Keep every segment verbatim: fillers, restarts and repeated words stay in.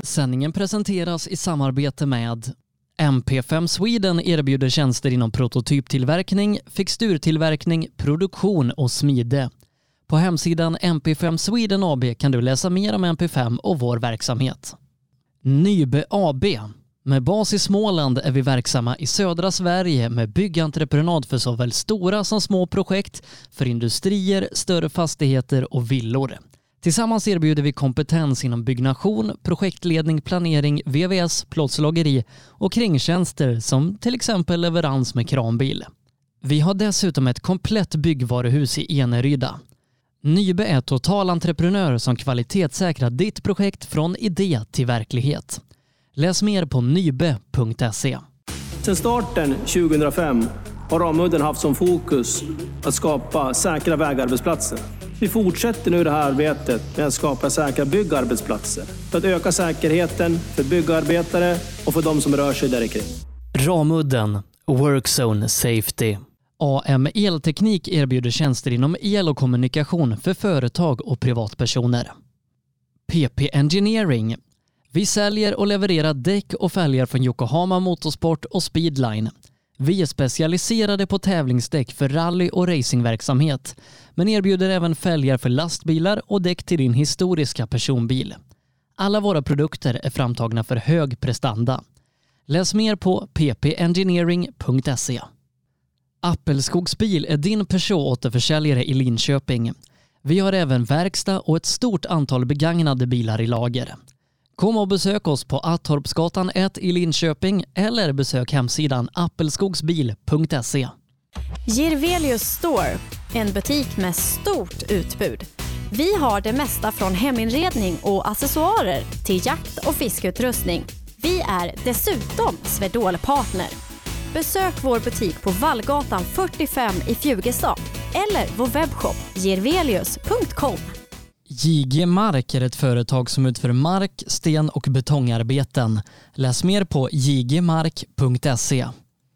Sändningen presenteras i samarbete med M P fem Sweden erbjuder tjänster inom prototyptillverkning, fixturtillverkning, produktion och smide. På hemsidan M P fem Sweden A B kan du läsa mer om M P fem och vår verksamhet. Nybe A B. Med bas i Småland är vi verksamma i södra Sverige med byggentreprenad för såväl stora som små projekt, för industrier, större fastigheter och villor. Tillsammans erbjuder vi kompetens inom byggnation, projektledning, planering, V V S, plåtslageri och kringtjänster som till exempel leverans med kranbil. Vi har dessutom ett komplett byggvaruhus i Eneryda. Nybe är totalentreprenör som kvalitetssäkrar ditt projekt från idé till verklighet. Läs mer på nybe punkt se. Sedan starten tjugohundrafem har Ramudden haft som fokus att skapa säkra vägarbetsplatser. Vi fortsätter nu det här arbetet med att skapa säkra byggarbetsplatser för att öka säkerheten för byggarbetare och för de som rör sig där kring. Ramudden Workzone Safety. A M Elteknik erbjuder tjänster inom el och kommunikation för företag och privatpersoner. P P Engineering. Vi säljer och levererar däck och fälgar från Yokohama Motorsport och Speedline. Vi är specialiserade på tävlingsdäck för rally- och racingverksamhet, men erbjuder även fälgar för lastbilar och däck till din historiska personbil. Alla våra produkter är framtagna för hög prestanda. Läs mer på p p engineering punkt se. Appelskogsbil är din Peugeot-återförsäljare i Linköping. Vi har även verkstad och ett stort antal begagnade bilar i lager. Kom och besök oss på Attorpsgatan ett i Linköping eller besök hemsidan appelskogsbil punkt se. Jirvelius Store, en butik med stort utbud. Vi har det mesta från heminredning och accessoarer till jakt- och fiskeutrustning. Vi är dessutom Swedol-partner. Besök vår butik på Vallgatan fyrtiofem i Fjugestad eller vår webbshop jirvelius punkt com. J G Mark är ett företag som utför mark-, sten- och betongarbeten. Läs mer på j g mark punkt se.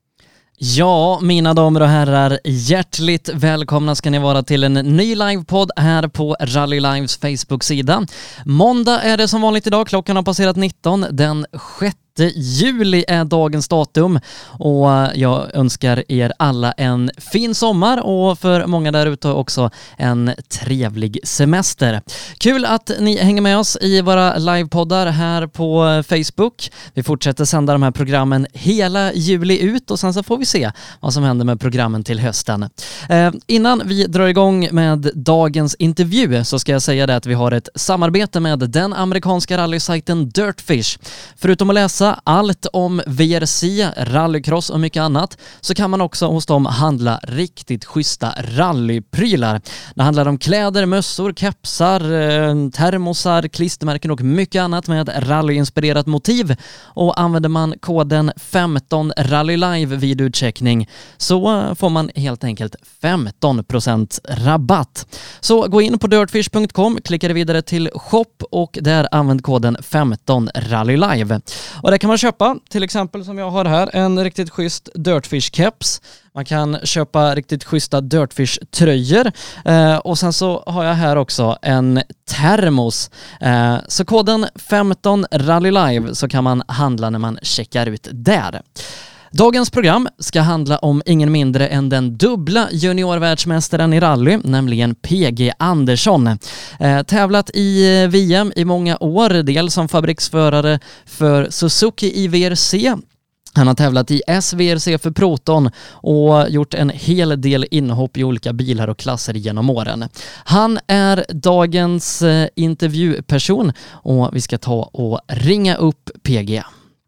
Ja, mina damer och herrar, hjärtligt välkomna ska ni vara till en ny livepodd här på Rally Lives Facebook-sida. Måndag är det som vanligt idag, klockan har passerat nitton, den sjätte juli är dagens datum och jag önskar er alla en fin sommar och för många där ute också en trevlig semester. Kul att ni hänger med oss i våra livepoddar här på Facebook. Vi fortsätter sända de här programmen hela juli ut och sen så får vi se vad som händer med programmen till hösten. Eh, innan vi drar igång med dagens intervju så ska jag säga det att vi har ett samarbete med den amerikanska rallysajten Dirtfish. Förutom att läsa allt om V R C, rallycross och mycket annat så kan man också hos dem handla riktigt schyssta rallyprylar. Det handlar om kläder, mössor, kepsar, termosar, klistermärken och mycket annat med rallyinspirerat motiv. Och använder man koden femton rallylive vid utcheckning så får man helt enkelt femton procent rabatt. Så gå in på dirtfish punkt com, klicka vidare till shop och där använd koden femton rallylive. Och där kan man köpa, till exempel som jag har här, en riktigt schysst Dirtfish-keps. Man kan köpa riktigt schyssta Dirtfish-tröjor. Eh, och sen så har jag här också en termos. Eh, så koden femton rallylive så kan man handla när man checkar ut där. Dagens program ska handla om ingen mindre än den dubbla juniorvärldsmästaren i rally, nämligen P G Andersson. Eh, tävlat i V M i många år, dels som fabriksförare för Suzuki i V R C. Han har tävlat i S V R C för Proton och gjort en hel del inhopp i olika bilar och klasser genom åren. Han är dagens eh, intervjuperson och vi ska ta och ringa upp P G.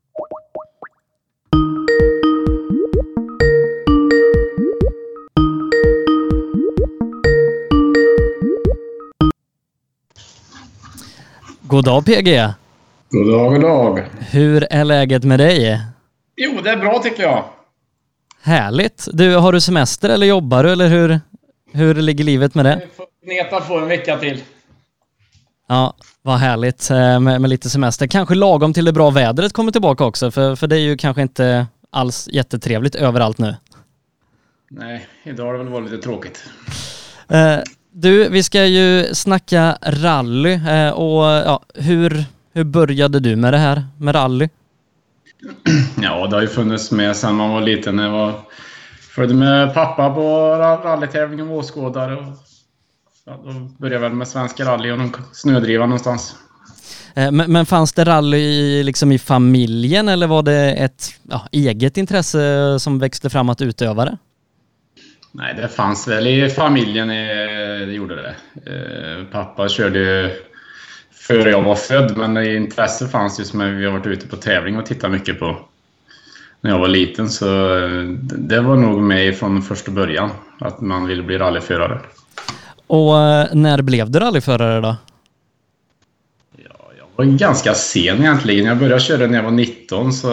God dag P G. God dag, god dag. Hur är läget med dig? Jo, det är bra tycker jag. Härligt. Du, har du semester eller jobbar du eller hur, hur ligger livet med det? Vi får gneta på en vecka till. Ja, vad härligt med, med lite semester. Kanske lagom till det bra vädret kommer tillbaka också, för, för det är ju kanske inte alls jättetrevligt överallt nu. Nej, idag har det väl varit lite tråkigt. Eh, du, vi ska ju snacka rally eh, och ja, hur... hur började du med det här, med rally? Ja, det har ju funnits med sedan man var liten. När jag var följde med pappa på rallytävling och åskådare. Och, ja, då började jag väl med svenska rally och någon snödriva någonstans. Men, men fanns det rally liksom i familjen eller var det ett ja, eget intresse som växte fram att utöva det? Nej, det fanns väl i familjen, det gjorde det. Pappa körde före jag var född, men intresse fanns ju som vi har varit ute på tävling och tittat mycket på när jag var liten. Så det var nog med från första början att man ville bli rallyförare. Och när blev du rallyförare då? Ja, jag var ganska sen egentligen. Jag började köra när jag var nitton, så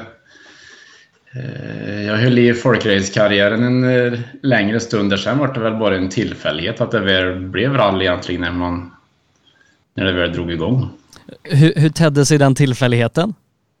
jag höll i folkracekarriären en längre stund. Där sen var det väl bara en tillfällighet att det väl blev rally egentligen när, man, när det väl drog igång. Hur, hur tedde sig den tillfälligheten?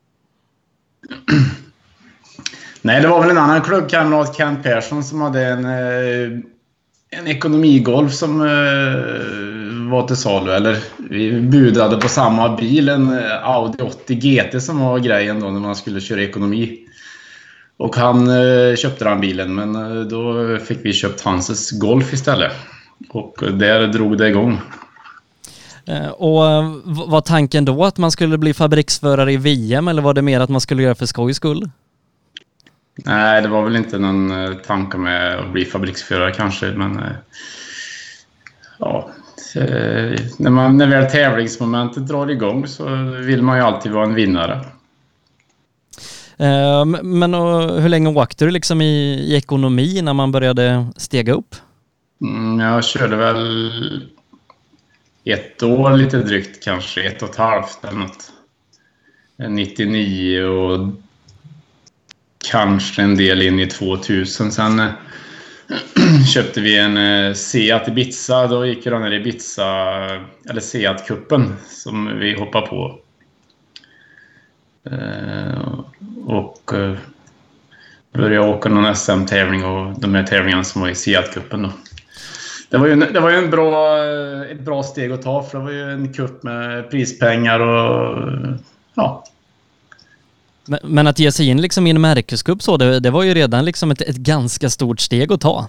Nej, det var väl en annan klubbkamrat, Kent Persson, som hade en, en ekonomigolf som var till salu. Eller vi budade på samma bil, en Audi åttio G T som var grejen då när man skulle köra ekonomi. Och han eh, köpte den bilen, men eh, då fick vi köpt Hanses Golf istället. Och där drog det igång. Eh, och eh, var tanken då att man skulle bli fabriksförare i V M eller var det mer att man skulle göra för skojs skull? Nej, det var väl inte någon eh, tanke med att bli fabriksförare kanske, men eh, ja, eh, när, man, när väl tävlingsmomentet drar igång så vill man ju alltid vara en vinnare. Men hur länge åkte du liksom i, i ekonomi när man började stega upp? Mm, jag körde väl ett år lite drygt, kanske ett och ett halvt eller något. nittionio och kanske en del in i tvåtusen. Sen äh, köpte vi en äh, Seat Ibiza. Då gick jag ner i Ibiza, eller Seat-kuppen som vi hoppade på. Uh, och uh, började åka någon S M-tävling och de här tävlingarna som var i Seat-kuppen då. Det var ju, en, det var ju en bra, ett bra steg att ta, för det var ju en kupp med prispengar och ja. Men, men att ge sig in liksom i en märkeskupp så, det, det var ju redan liksom ett, ett ganska stort steg att ta.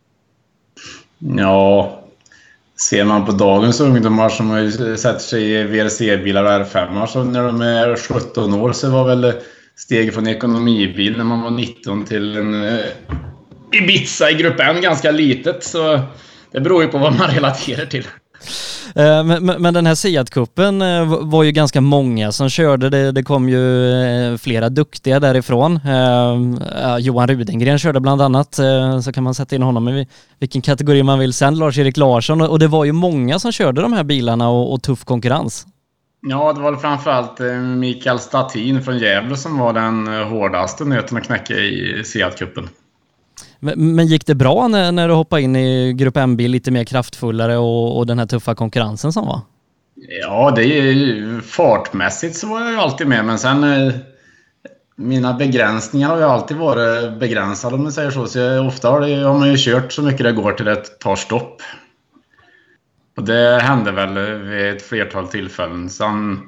Ja, ser man på dagens ungdomar som sätter sig i V R C-bilar och R fem, så när de är sjutton år så var väl steg från ekonomibil när man var nitton till en eh, Ibiza i grupp N ganska litet, så det beror ju på vad man relaterar till. Men, men, men den här Seat-kuppen var ju ganska många som körde. Det, det kom ju flera duktiga därifrån. Uh, Johan Rudengren körde bland annat. Uh, så kan man sätta in honom i vilken kategori man vill sen. Lars-Erik Larsson. Och det var ju många som körde de här bilarna och, och tuff konkurrens. Ja, det var framförallt Mikael Statin från Gävle som var den hårdaste nöten att knäcka i Seat-kuppen. Men, men gick det bra när, när du hoppade in i grupp M-bil lite mer kraftfullare och, och den här tuffa konkurrensen som var? Ja, det är ju fartmässigt så var jag ju alltid med, men sen eh, mina begränsningar har ju alltid varit begränsade om man säger så. Så jag, ofta har, det, har man ju kört så mycket det går till ett par stopp. Och det hände väl vid ett flertal tillfällen. Sen,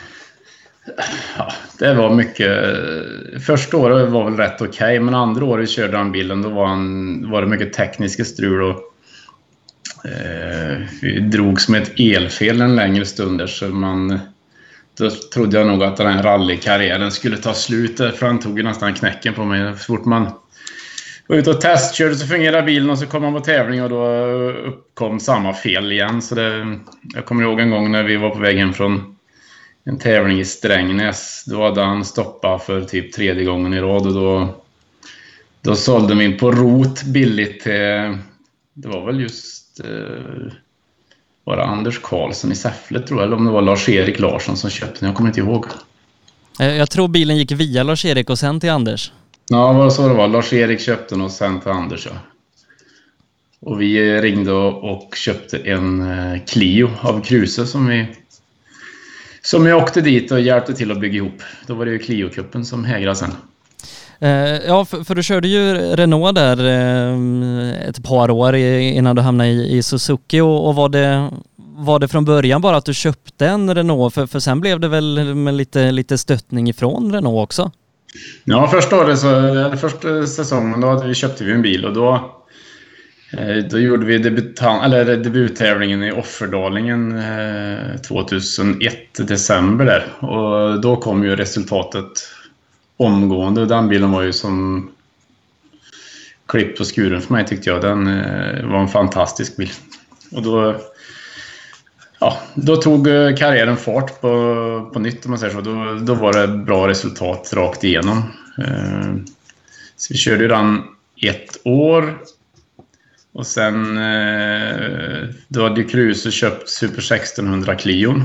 ja, det var mycket. Första året var väl rätt okej, okay, men andra året vi körde den bilen då var, en, var det mycket tekniska strul och eh, vi drog som ett elfel en längre stund där, så man, då trodde jag nog att den här rallykarriären skulle ta slut, för han tog ju nästan knäcken på mig. Så fort man var ute och testkörde så fungerade bilen och så kom man på tävling och då uppkom samma fel igen. Så det, jag kommer ihåg en gång när vi var på väg hem från en tävling i Strängnäs. Då hade han stoppat för typ tredje gången i rad och då, då sålde de in på rot billigt till, det var väl just eh, var det Anders Karlsson i Säffle tror jag, eller om det var Lars-Erik Larsson som köpte den, jag kommer inte ihåg. Jag tror bilen gick via Lars-Erik och sen till Anders. Ja, det var så det var. Lars-Erik köpte den och sen till Anders, ja. Och vi ringde och köpte en Clio av Kruse som vi som vi åkte dit och hjälpte till att bygga ihop. Då var det ju Clio-kuppen som hägrade sen. Eh, ja, för, för du körde ju Renault där eh, ett par år innan du hamnade i, i Suzuki. Och, och var, det, var det från början bara att du köpte en Renault? För, för sen blev det väl med lite, lite stöttning ifrån Renault också? Ja, första året så, eller första säsongen då hade vi, köpte vi en bil och då, då gjorde vi debutan, eller debuttävlingen i Offerdalingen tjugohundraett, december där. Och då kom ju resultatet omgående. Den bilen var ju som klipp på skuren för mig, tyckte jag. Den var en fantastisk bil. Och då, ja, då tog karriären fart på, på nytt, om man säger så. Då, då var det bra resultat rakt igenom. Så vi körde ju den ett år. Och sen då hade ju Kruse köpt Super sextonhundra Clion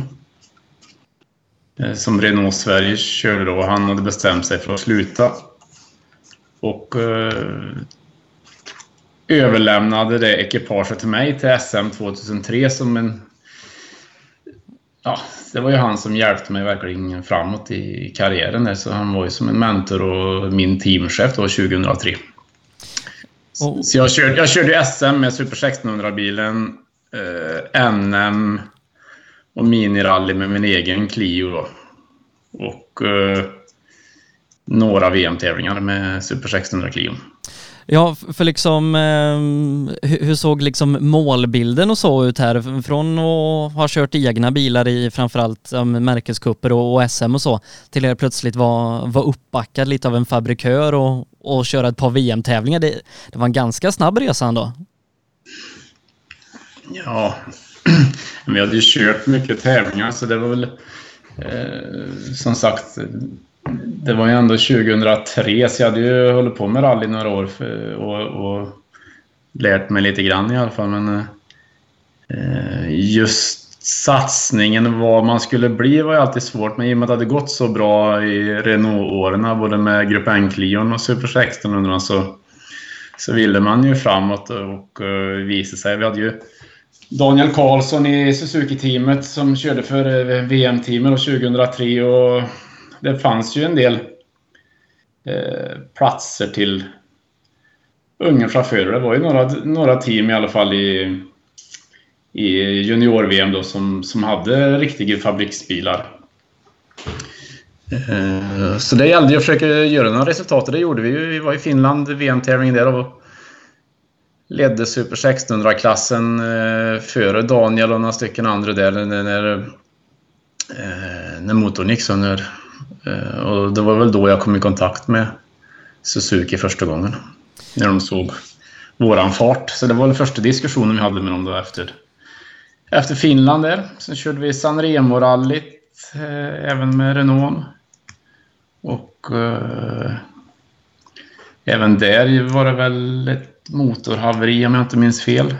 som Renault Sverige körde då. Han hade bestämt sig för att sluta. Och överlämnade det ekipaget till mig till S M tjugohundratre som en... Ja, det var ju han som hjälpte mig verkligen framåt i karriären där, så han var ju som en mentor och min teamchef då tjugohundratre. Oh. Så jag körde, jag körde S M med Super sextonhundra-bilen, eh, N M och minirally med min egen Clio då. Och eh, några V M-tävlingar med Super sextonhundra Clio. Ja, för liksom eh, hur såg liksom målbilden och så ut här? Från att ha kört egna bilar i framförallt um, märkeskupper och, och S M och så, till att plötsligt var, var uppbackad lite av en fabrikör och, och köra ett par V M-tävlingar. Det, det var en ganska snabb resa ändå. Ja, vi hade ju kört mycket tävlingar, så det var väl eh, som sagt... Det var ju ändå tjugohundratre, så jag hade ju hållit på med rally några år för, och, och lärt mig lite grann i alla fall. Men eh, just satsningen, vad man skulle bli, var ju alltid svårt. Men i och med att det hade gått så bra i Renault-åren, både med Grupp N-Clion och Super sextonhundra, så, så ville man ju framåt och, och uh, visa sig. Vi hade ju Daniel Karlsson i Suzuki-teamet som körde för V M-teamet tjugohundratre, och det fanns ju en del eh, platser till unga chaufförer. Det var ju några, några team i alla fall i, i junior-V M då som, som hade riktiga fabriksbilar. Eh, så det gällde ju att försöka göra några resultat, och det gjorde vi ju. Vi var i Finland, V M-tävlingen där, och ledde Super sextonhundra-klassen eh, före Daniel och några stycken andra där när, när, eh, när motorn gick sönder. Uh, och det var väl då jag kom i kontakt med Suzuki första gången, när de såg våran fart. Så det var väl första diskussionen vi hade med dem då efter, efter Finland där. Sen körde vi Sanremo-rallyt uh, även med Renault. Och uh, även där var det väl ett motorhaveri, om jag inte minns fel.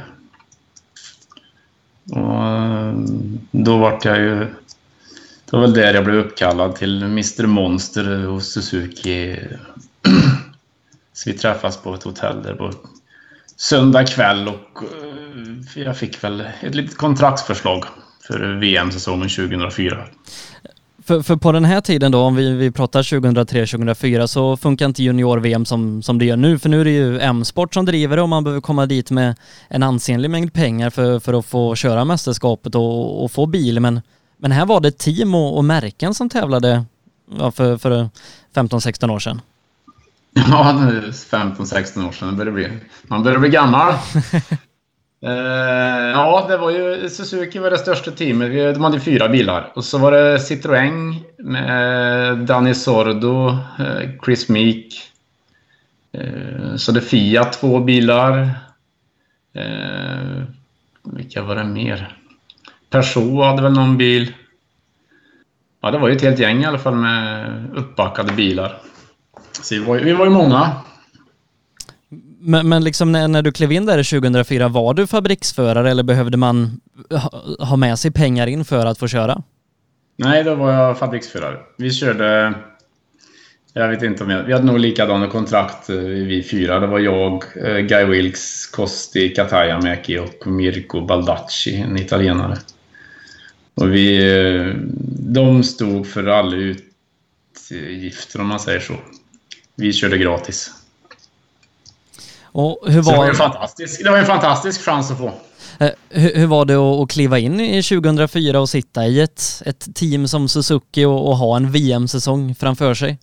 Och uh, då var jag ju... Det var väl där jag blev uppkallad till mister Monster hos Suzuki. Så vi träffas på ett hotell där på söndag kväll, och jag fick väl ett litet kontraktsförslag för V M-säsongen tjugohundrafyra. För, för på den här tiden då, om vi, vi pratar tjugohundratre tjugohundrafyra, så funkar inte junior-V M som, som det gör nu. För nu är det ju M-sport som driver det, och man behöver komma dit med en ansenlig mängd pengar för, för att få köra mästerskapet och, och få bil. Men Men här var det team och, och märken som tävlade, ja, för, för femton sexton år sedan. Ja, femton sexton år sedan. Det börjar bli, man börjar bli gammal. uh, ja, det var ju Suzuki var det största teamet. De hade fyra bilar. Och så var det Citroën med Danny Sordo, uh, Chris Meek. Uh, så det Fiat två bilar. Uh, vilka var det mer? Peugeot hade väl någon bil. Ja, det var ju ett helt gäng i alla fall med uppbackade bilar. Så vi var, vi var ju många. Men, men liksom när, när du klev in där tjugohundrafyra, var du fabriksförare eller behövde man ha, ha med sig pengar in för att få köra? Nej, då var jag fabriksförare. Vi körde... Jag vet inte om jag... Vi hade nog likadana kontrakt, vi fyra. Det var jag, Guy Wilkes, Costi, Katajamäki och Mirko Baldacci, en italienare. Och vi... De stod för alla utgifter, om man säger så. Vi körde gratis. Och hur var... Så det var en fantastisk, det var en fantastisk chans att få. Eh, hur, hur var det att, att kliva in i tjugohundrafyra och sitta i ett, ett team som Suzuki och, och ha en V M-säsong framför sig?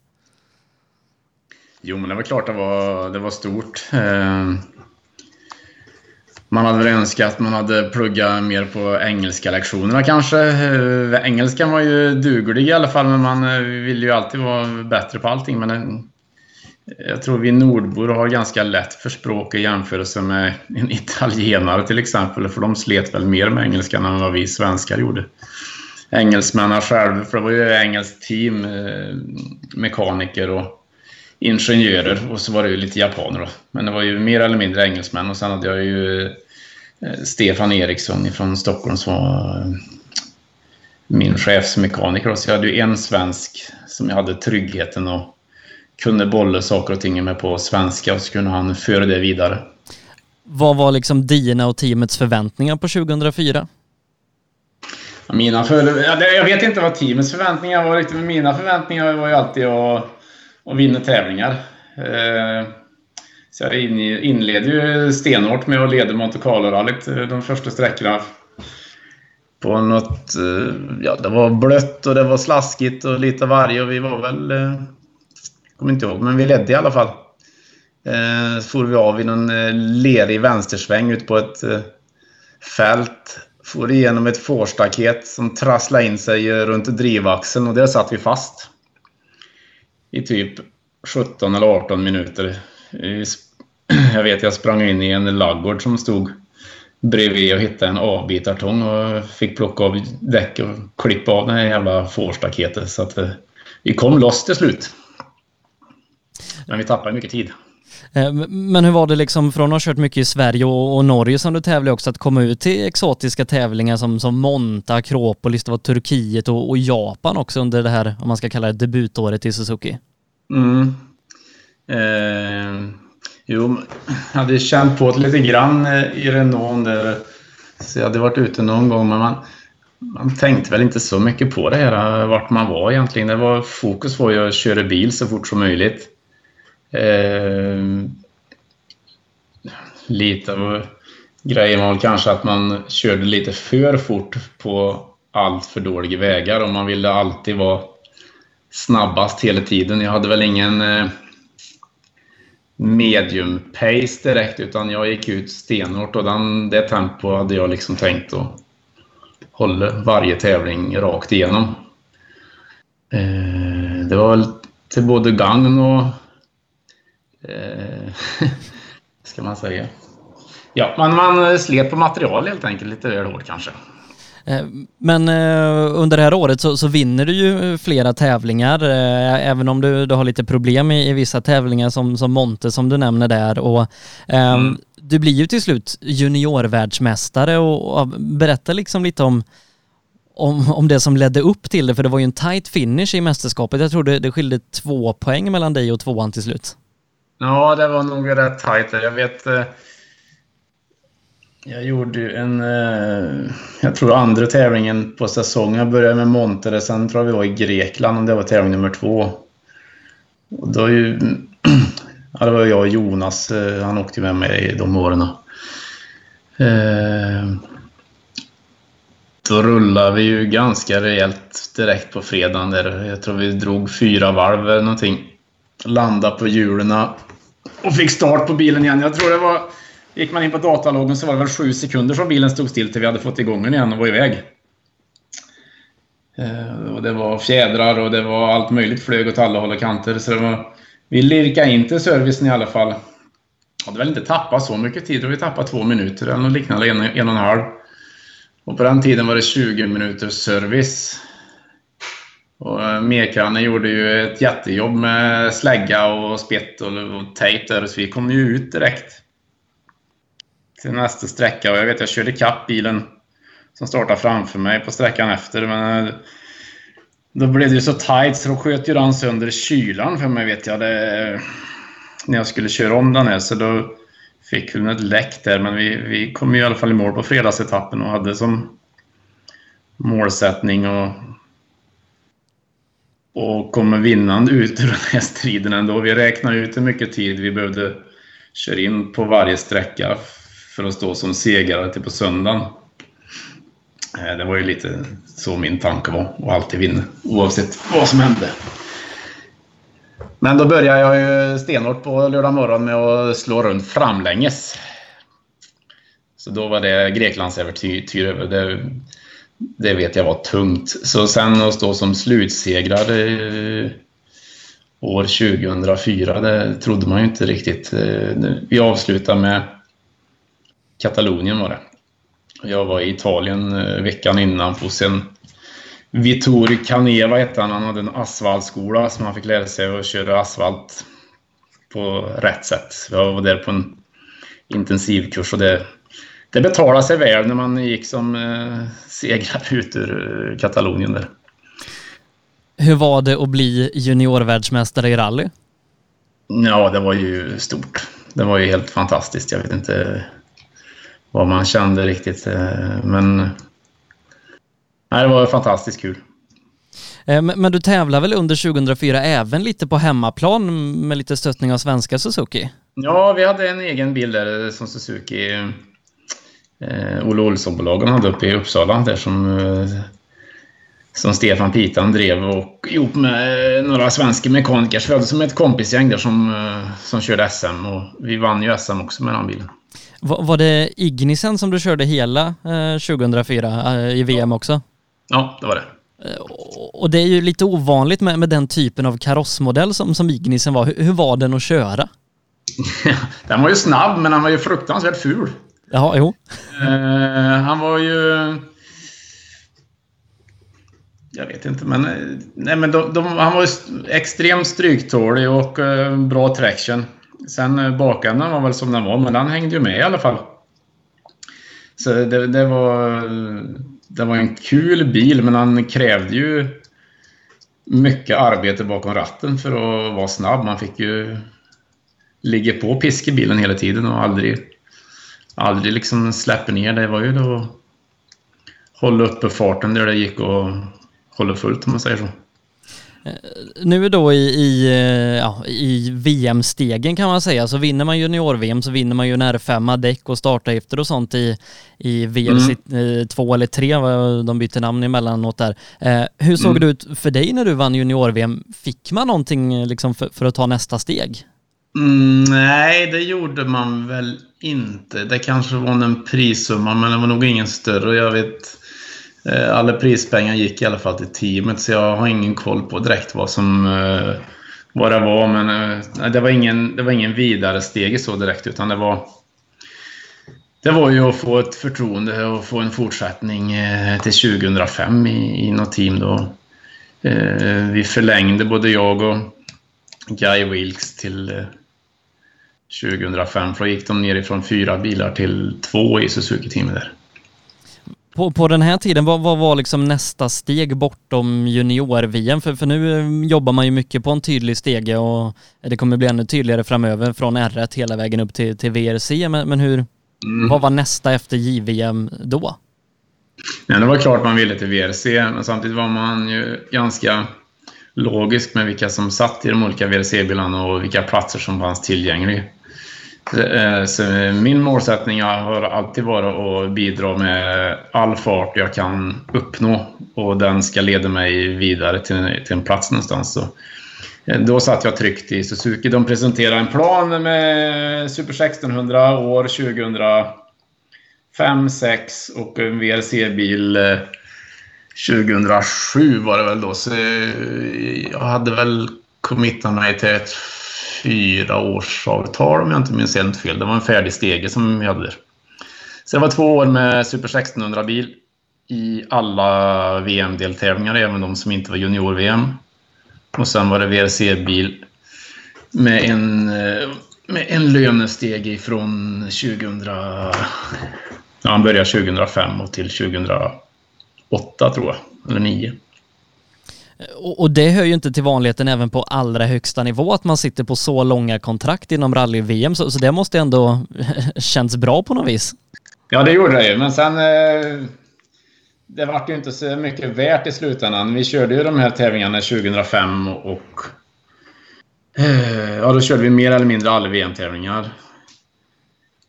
Jo, men det var klart det var, det var stort. Eh, man hade väl önskat att man hade pluggat mer på engelska lektionerna kanske. Eh, engelskan var ju duglig i alla fall, men man vill ju alltid vara bättre på allting. Men eh, jag tror vi nordbor har ganska lätt för språk i jämförelse med en italienare till exempel. För de slet väl mer med engelskan än vad vi svenskar gjorde. Engelsmännen själv, för det var ju engelskt team, eh, mekaniker och ingenjörer, och så var det ju lite japaner då. Men det var ju mer eller mindre engelsmän, och sen hade jag ju eh, Stefan Eriksson från Stockholm som var eh, min chefsmekaniker. Så jag hade ju en svensk som jag hade tryggheten och kunde bolla saker och ting med på svenska, och så kunde han föra det vidare. Vad var liksom dina och teamets förväntningar på tjugohundrafyra? Mina för... Jag vet inte vad teamets förväntningar var riktigt, men mina förväntningar var ju alltid att och vinna tävlingar. Så jag inledde ju stenhårt med att leda Monte Carlo-rallyt de första sträckorna på något, ja, det var blött och det var slaskigt och lite varje, och vi var väl, kommer inte ihåg, men vi ledde i alla fall. Så får vi av i någon lerig vänstersväng ut på ett fält, får igenom ett fårstaket som trasslade in sig runt drivaxeln, och där satt vi fast i typ sjutton eller arton minuter. Jag vet, jag sprang in i en laggård som stod bredvid och hittade en avbitartång och fick plocka av däck och klippa av det här jävla fårstaketet. Så att vi kom loss till slut. Men vi tappade mycket tid. Men hur var det liksom från att ha kört mycket i Sverige och, och Norge som du tävlade också, att komma ut till exotiska tävlingar som, som Monta, Akropolis, det var Turkiet och, och Japan också under det här, om man ska kalla det, debutåret i Suzuki? Mm. Eh, jo, jag hade känt på det lite grann i Renault där, så jag hade varit ute någon gång, men man, man tänkte väl inte så mycket på det här, vart man var egentligen. Det var, fokus var ju att köra bil så fort som möjligt. Eh, lite av grejen var kanske att man körde lite för fort på allt för dåliga vägar, och man ville alltid vara snabbast hela tiden. Jag hade väl ingen eh, medium pace direkt, utan jag gick ut stenhårt, och den, det tempo hade jag liksom tänkt att hålla varje tävling rakt igenom. Eh, det var väl till både gagn och Eh, ska man säga. Ja, man, man slet på material helt enkelt lite väl hårt kanske. Men eh, under det här året så, så vinner du ju flera tävlingar, eh, även om du, du har lite problem i, i vissa tävlingar som, som Monte som du nämner där. Och, eh, mm. Du blir ju till slut juniorvärldsmästare, och, och berätta liksom lite om, om, om det som ledde upp till det, för det var ju en tight finish i mästerskapet. Jag tror det, det skilde två poäng mellan dig och tvåan till slut. Ja, det var nog rätt tajt. Jag vet, jag gjorde ju en, jag tror andra tävlingen på säsongen. Jag började med Monte, sen tror jag vi var i Grekland, och det var tävling nummer två. Och då ju, ja, det var jag och Jonas, han åkte med mig i de åren. Då rullade vi ju ganska rejält direkt på fredagen där. Jag tror vi drog fyra varv eller någonting. Landade på hjulen och fick start på bilen igen. Jag tror det var, gick man in på dataloggen så var det väl sju sekunder som bilen stod still till vi hade fått igång den igen och var iväg. Eh, och det var fjädrar och det var allt möjligt, flög åt alla håll och kanter. Så det var, vi lirkade in till servicen i alla fall. Jag hade väl inte tappat så mycket tid, och vi tappade två minuter eller något liknande, en, en och en halv. Och på den tiden var det tjugo minuters service. Och Mekane gjorde ju ett jättejobb med slägga och spett och, och tejp där, så vi kom ju ut direkt till nästa sträcka. Och jag vet, jag körde kapp bilen som startade framför mig på sträckan efter, men då blev det ju så tight så då sköt ju den sönder kylan för mig, vet jag det, när jag skulle köra om den här, så då fick vi ett läck där. Men vi, vi kom ju i alla fall i mål på fredagsetappen och hade som målsättning och och kommer vinnande ut ur den här striden ändå. Vi räknade ut hur mycket tid vi behövde kör in på varje sträcka för att stå som segrare till på söndagen. Det var ju lite så min tanke var, och alltid vinna oavsett vad som hände. Men då började jag ju stenhårt på lördag morgon med att slå runt framlänges. Så då var det Greklandsäventyr över. Det, det vet jag var tungt. Så sen att stå som slutsegrare år tjugohundrafyra, det trodde man ju inte riktigt. Vi avslutade med Katalonien var det. Jag var i Italien veckan innan på sen Vittorio Caneva hette han. Han hade en asfaltskola som han fick lära sig att köra asfalt på rätt sätt. Jag var där på en intensivkurs och det, det betalade sig väl när man gick som eh, segrare ut ur Katalonien där. Hur var det att bli juniorvärldsmästare i rally? Ja, det var ju stort. Det var ju helt fantastiskt. Jag vet inte vad man kände riktigt. Men nej, det var fantastiskt kul. Men, men du tävlar väl under tjugohundrafyra även lite på hemmaplan med lite stöttning av svenska Suzuki? Ja, vi hade en egen bil där som Suzuki eh, Olle Olsson-bolagen hade uppe i Uppsala där som, eh, som Stefan Pitan drev och ihop med några svenska mekaniker. Så vi hade som ett kompisgäng där som, eh, som körde S M och vi vann ju S M också med den bilen. Var, var det Ignisen som du körde hela eh, tjugohundrafyra eh, i V M också? Ja, det var det. Och det är ju lite ovanligt med, med den typen av karossmodell som, som Ignisen var. Hur, hur var den att köra? Den var ju snabb, men han var ju fruktansvärt ful. Ja, jo. Uh, han var ju... Jag vet inte, men... Nej, men de, de, han var ju extremt stryktålig och uh, bra traction. Sen uh, bakänden var väl som den var, men den hängde ju med i alla fall. Så det, det var... Det var en kul bil, men han krävde ju mycket arbete bakom ratten för att vara snabb. Man fick ju ligga på piskebilen hela tiden och aldrig, aldrig liksom släppa ner. Det var ju då hålla uppe farten där det gick och hålla fullt, om man säger så. Nu då i, i, ja, i V M-stegen kan man säga, så vinner man junior-V M så vinner man ju en R fem däck och startavgifter och sånt i, i V L C två mm. eller tre, de byter namn emellanåt där. Eh, hur såg mm. det ut för dig när du vann junior-V M? Fick man någonting liksom för, för att ta nästa steg? Mm, nej, det gjorde man väl inte. Det kanske var en prissumma, men det var nog ingen större. Jag vet... Alla prispengar gick i alla fall till teamet, så jag har ingen koll på direkt vad som vad det var, men det var ingen det var ingen vidare steg så direkt, utan det var det var ju att få ett förtroende och få en fortsättning till tjugohundrafem i, i något team då. Vi förlängde både jag och Guy Wilkes till tjugohundrafem, för då gick de ner ifrån fyra bilar till två i Suzuki-teamet där. På, på den här tiden, vad, vad var liksom nästa steg bortom junior-V M? För, för nu jobbar man ju mycket på en tydlig stege och det kommer bli ännu tydligare framöver från R ett hela vägen upp till, till V R C. Men, men hur, mm. vad var nästa efter J V M då? Ja, det var klart man ville till V R C, men samtidigt var man ju ganska logisk med vilka som satt i de olika V R C-bilarna och vilka platser som fanns tillgängliga. Så min målsättning har alltid varit att bidra med all fart jag kan uppnå, och den ska leda mig vidare till, till en plats någonstans. Så då satt jag tryckt i Suzuki. De presenterade en plan med Super sextonhundra år tjugohundrafem sex och en V R C-bil tjugohundrasju var det väl då. Så jag hade väl committat mig till ett fyra års avtal, om jag inte minns helt fel. Det var en färdig stege som vi hade där. Så det var två år med Super sextonhundra-bil i alla V M-deltävlingar, även de som inte var junior-V M. Och sen var det V R C-bil med en, med en lönestege från tjugohundra... Ja, han började tjugohundrafem och till tjugohundraåtta tror jag, eller nio. Och, och det hör ju inte till vanligheten även på allra högsta nivå att man sitter på så långa kontrakt inom rally-V M, så, så det måste ändå känns bra på något vis. Ja, det gjorde det ju, men sen eh, det var ju inte så mycket värt i slutändan. Vi körde ju de här tävlingarna tjugohundrafem och eh, ja, då körde vi mer eller mindre alla V M-tävlingar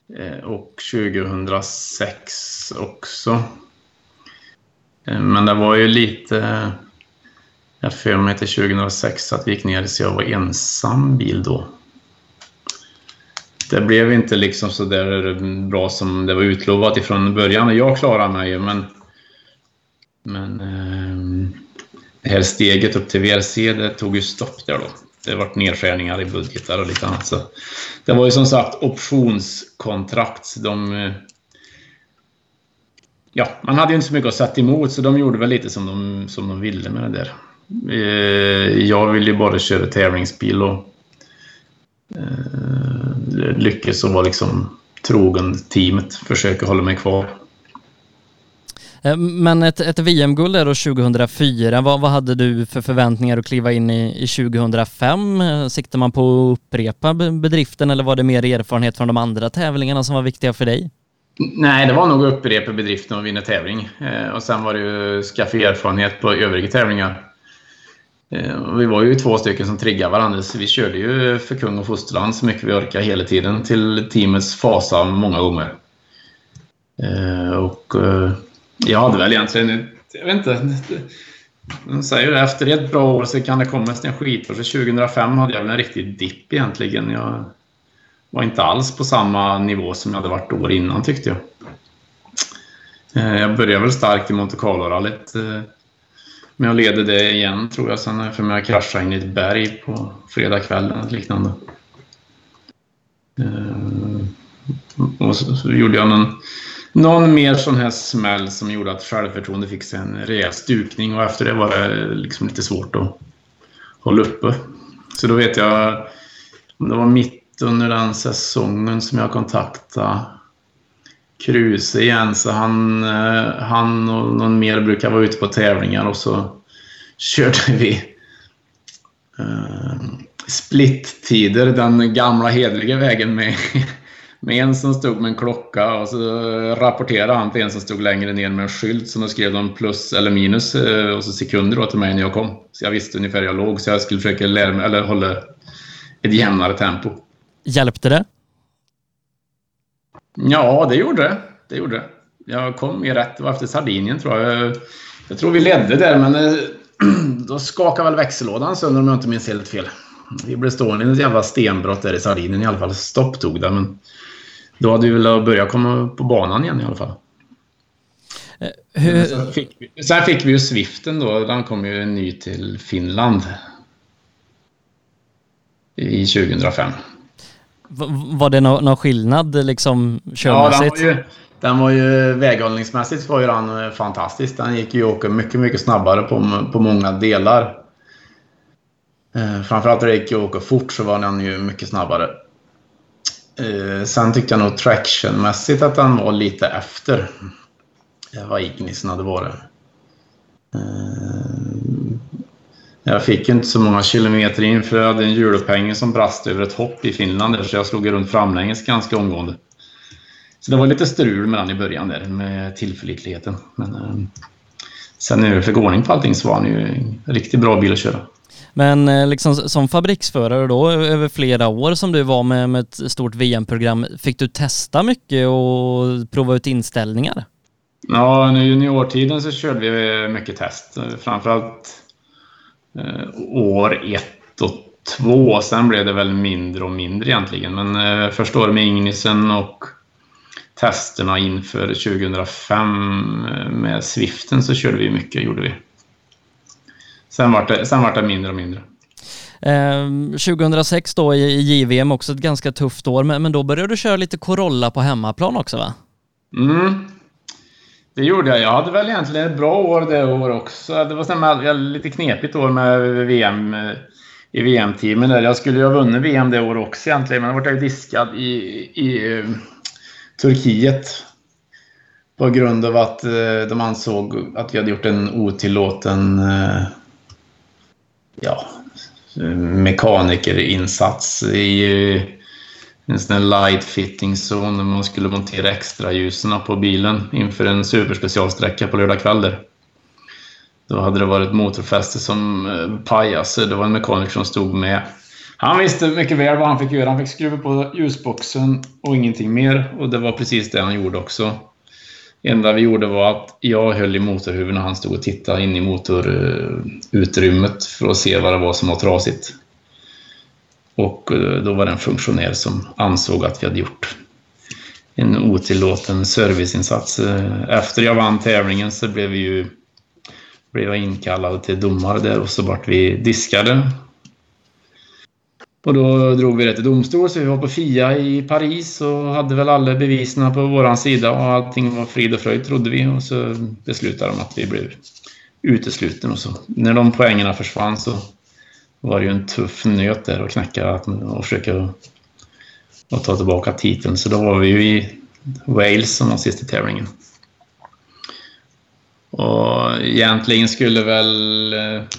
och tjugohundrasex också. Men det var ju lite, jag för mig till tjugohundrasex att vi gick ner så jag var ensam bil då. Det blev inte liksom så där bra som det var utlovat ifrån början. Jag klarade mig ju, men men eh, det här steget upp till V R C, det tog ju stopp där då. Det var nedskärningar i budgetar och lite annat. Så det var ju som sagt optionskontrakt. De, ja, man hade ju inte så mycket att sätta emot, så de gjorde väl lite som de, som de ville med det där. Jag ville ju bara köra tävlingsbil och eh, lyckas och vara liksom trogen teamet, försöka hålla mig kvar. Men ett, ett V M-guld där då tjugohundrafyra, vad, vad hade du för förväntningar att kliva in i, i tjugohundrafem? Siktar man på att upprepa bedriften eller var det mer erfarenhet från de andra tävlingarna som var viktiga för dig? Nej, det var nog att upprepa bedriften och vinna tävling. Eh, och sen var det ju skaffa erfarenhet på övriga tävlingar. Eh, och vi var ju två stycken som triggade varandra, så vi körde ju för kung och fosterland så mycket vi orkade hela tiden till teamets fasa många gånger. Eh, och... Eh, Jag hade väl egentligen, jag vet inte, de säger det, efter ett bra år så kan det komma en skitår. Så tjugohundrafem hade jag väl en riktig dipp egentligen. Jag var inte alls på samma nivå som jag hade varit år innan, tyckte jag. Jag började väl starkt i Monte Carlo-rallyt, men jag ledde det igen tror jag, sen för mig jag kraschade in i ett berg på fredagskvällen och liknande. Och så, så gjorde jag någon Någon mer sån här smäll som gjorde att självförtroende fick sig en rejäl stukning, och efter det var det liksom lite svårt att hålla uppe. Så då vet jag, det var mitt under den säsongen som jag kontaktade Kruse igen, så han, han och någon mer brukar vara ute på tävlingar, och så körde vi uh, split-tider den gamla hedliga vägen med med en som stod med en klocka, och så rapporterade han till en som stod längre ner med en skylt som skrev de plus eller minus och så sekunder då till mig när jag kom. Så jag visste ungefär jag låg, så jag skulle försöka lära mig, eller hålla ett jämnare tempo. Hjälpte det? Ja, det gjorde det. Det gjorde det. Jag kom i rätt, det var efter Sardinien tror jag. Jag tror vi ledde där, men då skakade väl växellådan sönder om jag inte minns helt fel. Vi blev stående i en jävla stenbrott där i Sardinien i alla fall. Stopp tog det, men då hade vi väl börjat komma på banan igen i alla fall. Hur... Sen, fick vi, sen fick vi ju Swiften då. Den kom ju ny till Finland i tjugohundrafem. V- var det någon, någon skillnad liksom körmässigt? Ja, den var ju, den var ju väghållningsmässigt var ju den fantastisk. Den gick ju åka mycket, mycket snabbare på, på många delar. Eh, framförallt när det gick att åka fort så var den ju mycket snabbare. Eh, sen tyckte jag nog tractionmässigt att den var lite efter eh, vad Ignissen hade varit. Eh, jag fick inte så många kilometer in, för jag hade en hjulupphängning som brast över ett hopp i Finland där, så jag slog runt framlänges ganska omgående. Så det var lite strul med den i början där med tillförlitligheten. Men eh, sen är det för ordning på allting så var den ju en riktigt bra bil att köra. Men liksom som fabriksförare då, över flera år som du var med, med ett stort V M-program, fick du testa mycket och prova ut inställningar? Ja, nu i juniortiden så körde vi mycket test. Framförallt eh, år ett och två. Sen blev det väl mindre och mindre egentligen. Men eh, första året med Ignissen och testerna inför tjugohundrafem med Swiften så körde vi mycket, gjorde vi. Sen var det, sen var det mindre och mindre. Eh, tjugohundrasex då i, i J V M också ett ganska tufft år, men, men då började du köra lite Corolla på hemmaplan också, va? Mm, det gjorde jag. Jag hade väl egentligen ett bra år det år också. Det var sen lite knepigt år med V M i V M-teamen där. Jag skulle ju ha vunnit V M det år också egentligen, men då var jag diskad i, i Turkiet på grund av att de ansåg att vi hade gjort en otillåten ja, mekanikerinsats i en sån här light fitting zone där man skulle montera extra ljusen på bilen inför en superspecialsträcka på lördag kväll där. Då hade det varit motorfäste som pajas. Det var en mekaniker som stod med. Han visste mycket väl vad han fick göra. Han fick skruva på ljusboxen och ingenting mer. Och det var precis det han gjorde också. Det enda vi gjorde var att jag höll i motorhuven och han stod och tittade in i motorutrymmet för att se vad det var som var trasigt. Och då var det en funktionär som ansåg att vi hade gjort en otillåten serviceinsats. Efter jag vann tävlingen så blev vi ju blev jag inkallad till domare där och så vart vi diskade. Och då drog vi det till domstol, så vi var på F I A i Paris och hade väl alla bevisna på våran sida och allting var frid och fröjd trodde vi, och så beslutade de att vi blev utesluten och så. När de poängerna försvann så var det ju en tuff nöt där att knäcka och försöka att ta tillbaka titeln. Så då var vi ju i Wales som var sista tävlingen. Och egentligen skulle väl,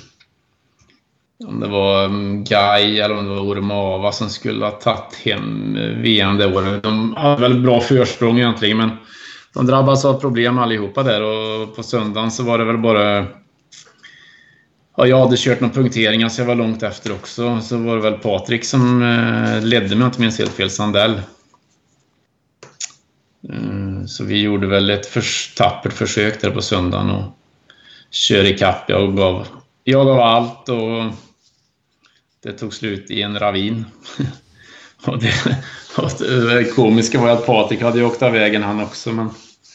om det var Guy eller om det var Ormava som skulle ha tagit hem V M det året. De hade väl bra försprång egentligen, men de drabbades av problem allihopa där, och på söndagen så var det väl bara, ja, jag hade kört någon punktering så jag var långt efter också. Så var det väl Patrik som ledde med, inte minst helt fel, Sandell. Så vi gjorde väl ett för, tappert försök där på söndagen och kör i kapp. Jag gav, jag gav allt och det tog slut i en ravin. och, det, och det komiska var att Patrik hade åkt av vägen han också, men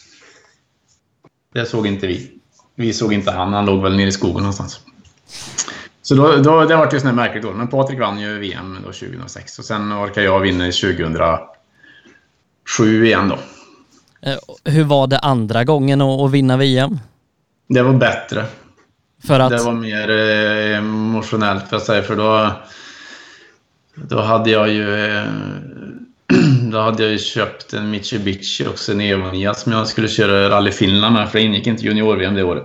det såg inte vi. Vi såg inte han, han låg väl nere i skogen någonstans. Så då, då, det var ju sådär märkligt då. Men Patrik vann ju V M då tjugohundrasex och sen orkade jag vinna tjugohundrasju igen då. Hur var det andra gången att vinna V M? Det var bättre. För att... Det var mer eh, emotionellt för att säga, för då då hade jag ju eh, då hade jag ju köpt en Mitsubishi också, en Evo nio som jag skulle köra Rally Finland med, för det ingick inte junior-V M det året.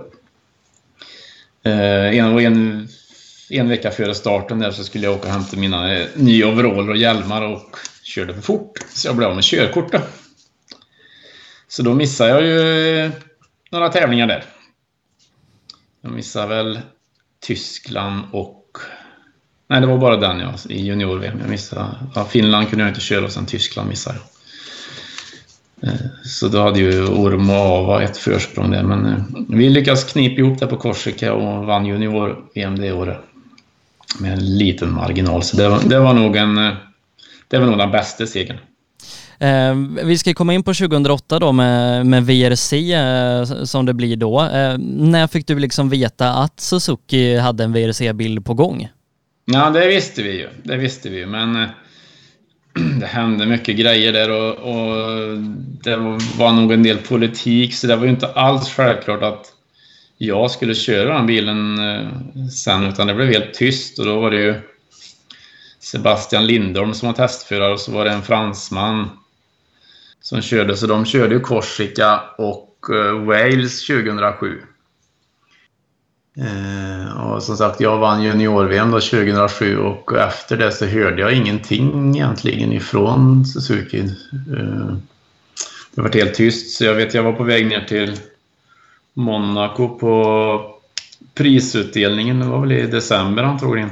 Eh, en, en, en vecka före starten där så skulle jag åka och hämta mina eh, nya overaller och hjälmar och körde för fort. Så jag blev av med körkortet. Så då missade jag ju några tävlingar där. Jag missade väl Tyskland och... Nej, det var bara den jag i junior-V M. Jag missade... Ja, Finland kunde jag inte köra och sen Tyskland missade jag. Så då hade ju Orm och Ava ett försprång där. Men vi lyckades knipa ihop det på Korsika och vann junior-V M det året. Med en liten marginal. Så det var, det var nog en... Det var nog den bästa segern. Eh, vi ska komma in på tjugohundraåtta då med, med V R C eh, som det blir då. Eh, när fick du liksom veta att Suzuki hade en V R C-bild på gång? Ja, det visste vi ju. Det visste vi ju, men eh, det hände mycket grejer där och, och det var nog en del politik, så det var ju inte alls självklart att jag skulle köra den bilen eh, sen, utan det blev helt tyst, och då var det ju Sebastian Lindholm som var testförare och så var det en fransman som körde, så de körde ju Korsika och uh, Wales tjugohundrasju. Uh, och som sagt, jag vann junior-V M då tjugohundrasju och efter det så hörde jag ingenting egentligen ifrån Suzuki. Uh, det var helt tyst, så jag vet jag var på väg ner till Monaco på prisutdelningen, det var väl i december antagligen.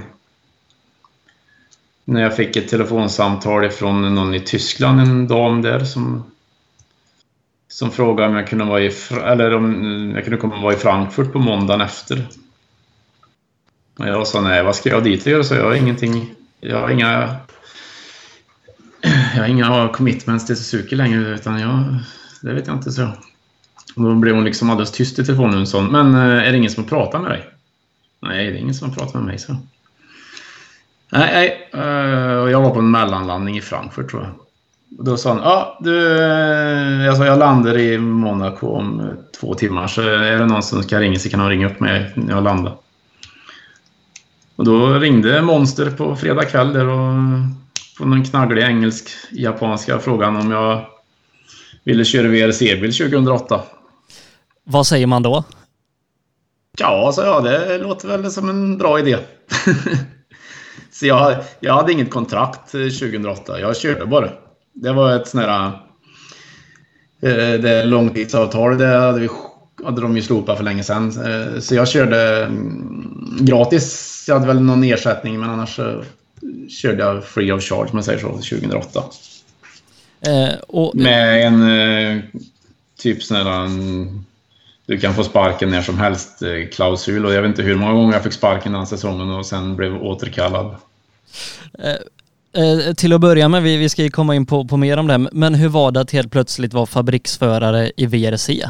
När jag fick ett telefonsamtal från någon i Tyskland, en dam där som som frågade om jag kunde vara i eller om jag kunde komma och vara i Frankfurt på måndagen efter. Och jag sa nej, vad ska jag dit göra? Så jag har ingenting, jag har inga jag har inga commitments till Suzuki längre, utan jag, det vet jag inte så. Och då blev hon liksom alldeles tyst i telefonen och sån. Men är det ingen som pratar med dig? Nej, det är ingen som pratar med mig, så. Nej, nej. Uh, jag var på en mellanlandning i Frankfurt, tror jag. Och då sa han, ja, ah, du, jag sa, jag landar i Monaco om två timmar, så är det någon som ska ringa så kan han ringa upp mig när jag landar. Och då ringde Monster på fredag kväll där och på någon knagglig engelsk-japanska frågan om jag ville köra V R C-bil tjugohundraåtta. Vad säger man då? Ja, så ja, det låter väl som en bra idé. Så jag, jag hade inget kontrakt tjugohundraåtta. Jag körde bara. Det var ett sån här eh, det långtidsavtal. Det hade, vi, hade de ju slopat för länge sedan. Så jag körde gratis. Jag hade väl någon ersättning, men annars körde jag free of charge, man säger så, tjugohundraåtta. Eh, och... Med en eh, typ sån här en, du kan få sparken när som helst eh, klausul, och jag vet inte hur många gånger jag fick sparken den säsongen och sen blev återkallad. Eh, eh, till att börja med, vi, vi ska ju komma in på, på mer om det, men hur var det att helt plötsligt vara fabriksförare i V R C?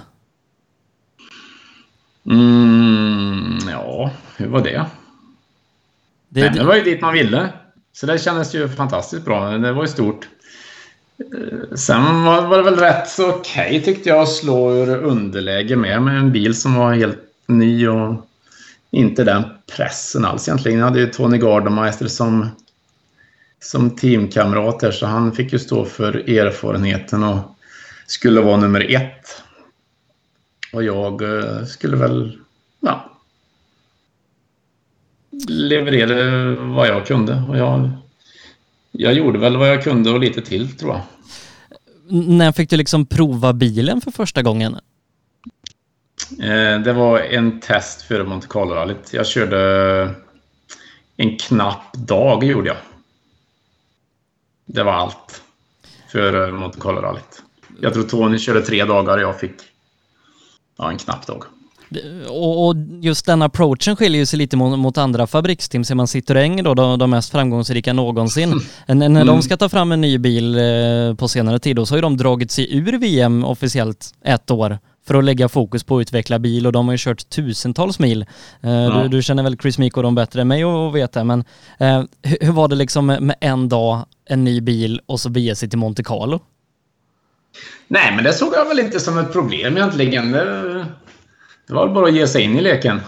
Mm, ja, hur var det? Det, Nej, det var ju dit man ville. Så det kändes ju fantastiskt bra. Det var ju stort. Sen var det väl rätt så okej okay, tyckte jag, att slå ur underläge med med en bil som var helt ny och inte den pressen alls egentligen. Jag hade ju Tony Gardemeister som som teamkamrater, så han fick ju stå för erfarenheten och skulle vara nummer ett. Och jag skulle väl ja, leverera vad jag kunde. Och jag, jag gjorde väl vad jag kunde och lite till, tror jag. När fick du liksom prova bilen för första gången? Eh, det var en test för Monte Carlo-rallyt. Jag körde en knapp dag, gjorde jag. Det var allt för Monte Carlo-rallyt. Jag tror Tony körde tre dagar och jag fick ja, en knapp dag. Och just den approachen skiljer sig lite mot, mot andra fabriksteam. Ser man Citroën då, de, de mest framgångsrika någonsin. Mm. När de ska ta fram en ny bil eh, på senare tid då, så har de dragit sig ur V M officiellt ett år för att lägga fokus på att utveckla bil, och de har ju kört tusentals mil. Eh, ja. du, du känner väl Chris Meek och de bättre än mig och vet det, men eh, hur, hur var det liksom med, med en dag, en ny bil och så bege sig till Monte Carlo? Nej, men det såg jag väl inte som ett problem egentligen. Det... Det var bara att ge sig in i leken.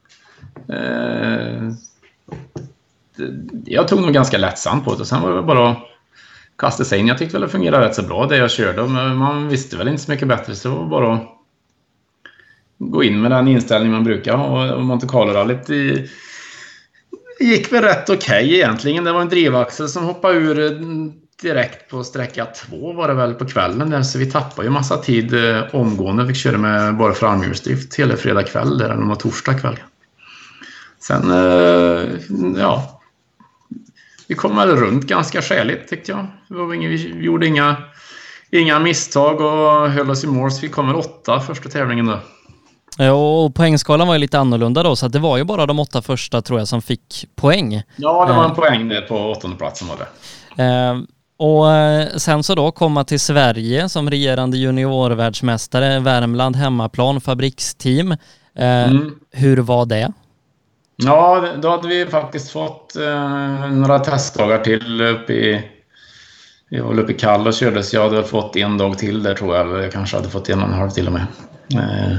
Eh, jag tog nog ganska lättsamt på det. Och sen var det bara att kasta sig in. Jag tyckte väl det fungerade rätt så bra det jag körde. Men man visste väl inte så mycket bättre. Så det var bara att gå in med den inställning man brukar ha. Och Monte Carlo-rallyt gick väl rätt okej okay egentligen. Det var en drivaxel som hoppade ur direkt på sträcka två var det väl på kvällen där, så vi tappade ju massa tid eh, omgående. Vi fick köra med bara framhjulsdrift hela fredag kväll där, eller torsdag kväll. Sen eh, ja, vi kom väl runt ganska skäligt tyckte jag. Det var ingen, vi gjorde inga inga misstag och höll oss i mål, så vi kom väl åtta första tävlingen då. Ja, och poängskalan var ju lite annorlunda då, så att det var ju bara de åtta första tror jag som fick poäng. Ja, det var en eh. poäng där på åttonde platsen var det. Eh, Och sen så då komma till Sverige som regerande juniorvärldsmästare, Värmland hemmaplan, fabriksteam. Eh, mm. Hur var det? Ja, då hade vi faktiskt fått eh, några testdagar till uppe i, jag var uppe i Kall och körde, så jag hade fått en dag till där tror jag, eller jag kanske hade fått en och en halv till och med. Eh,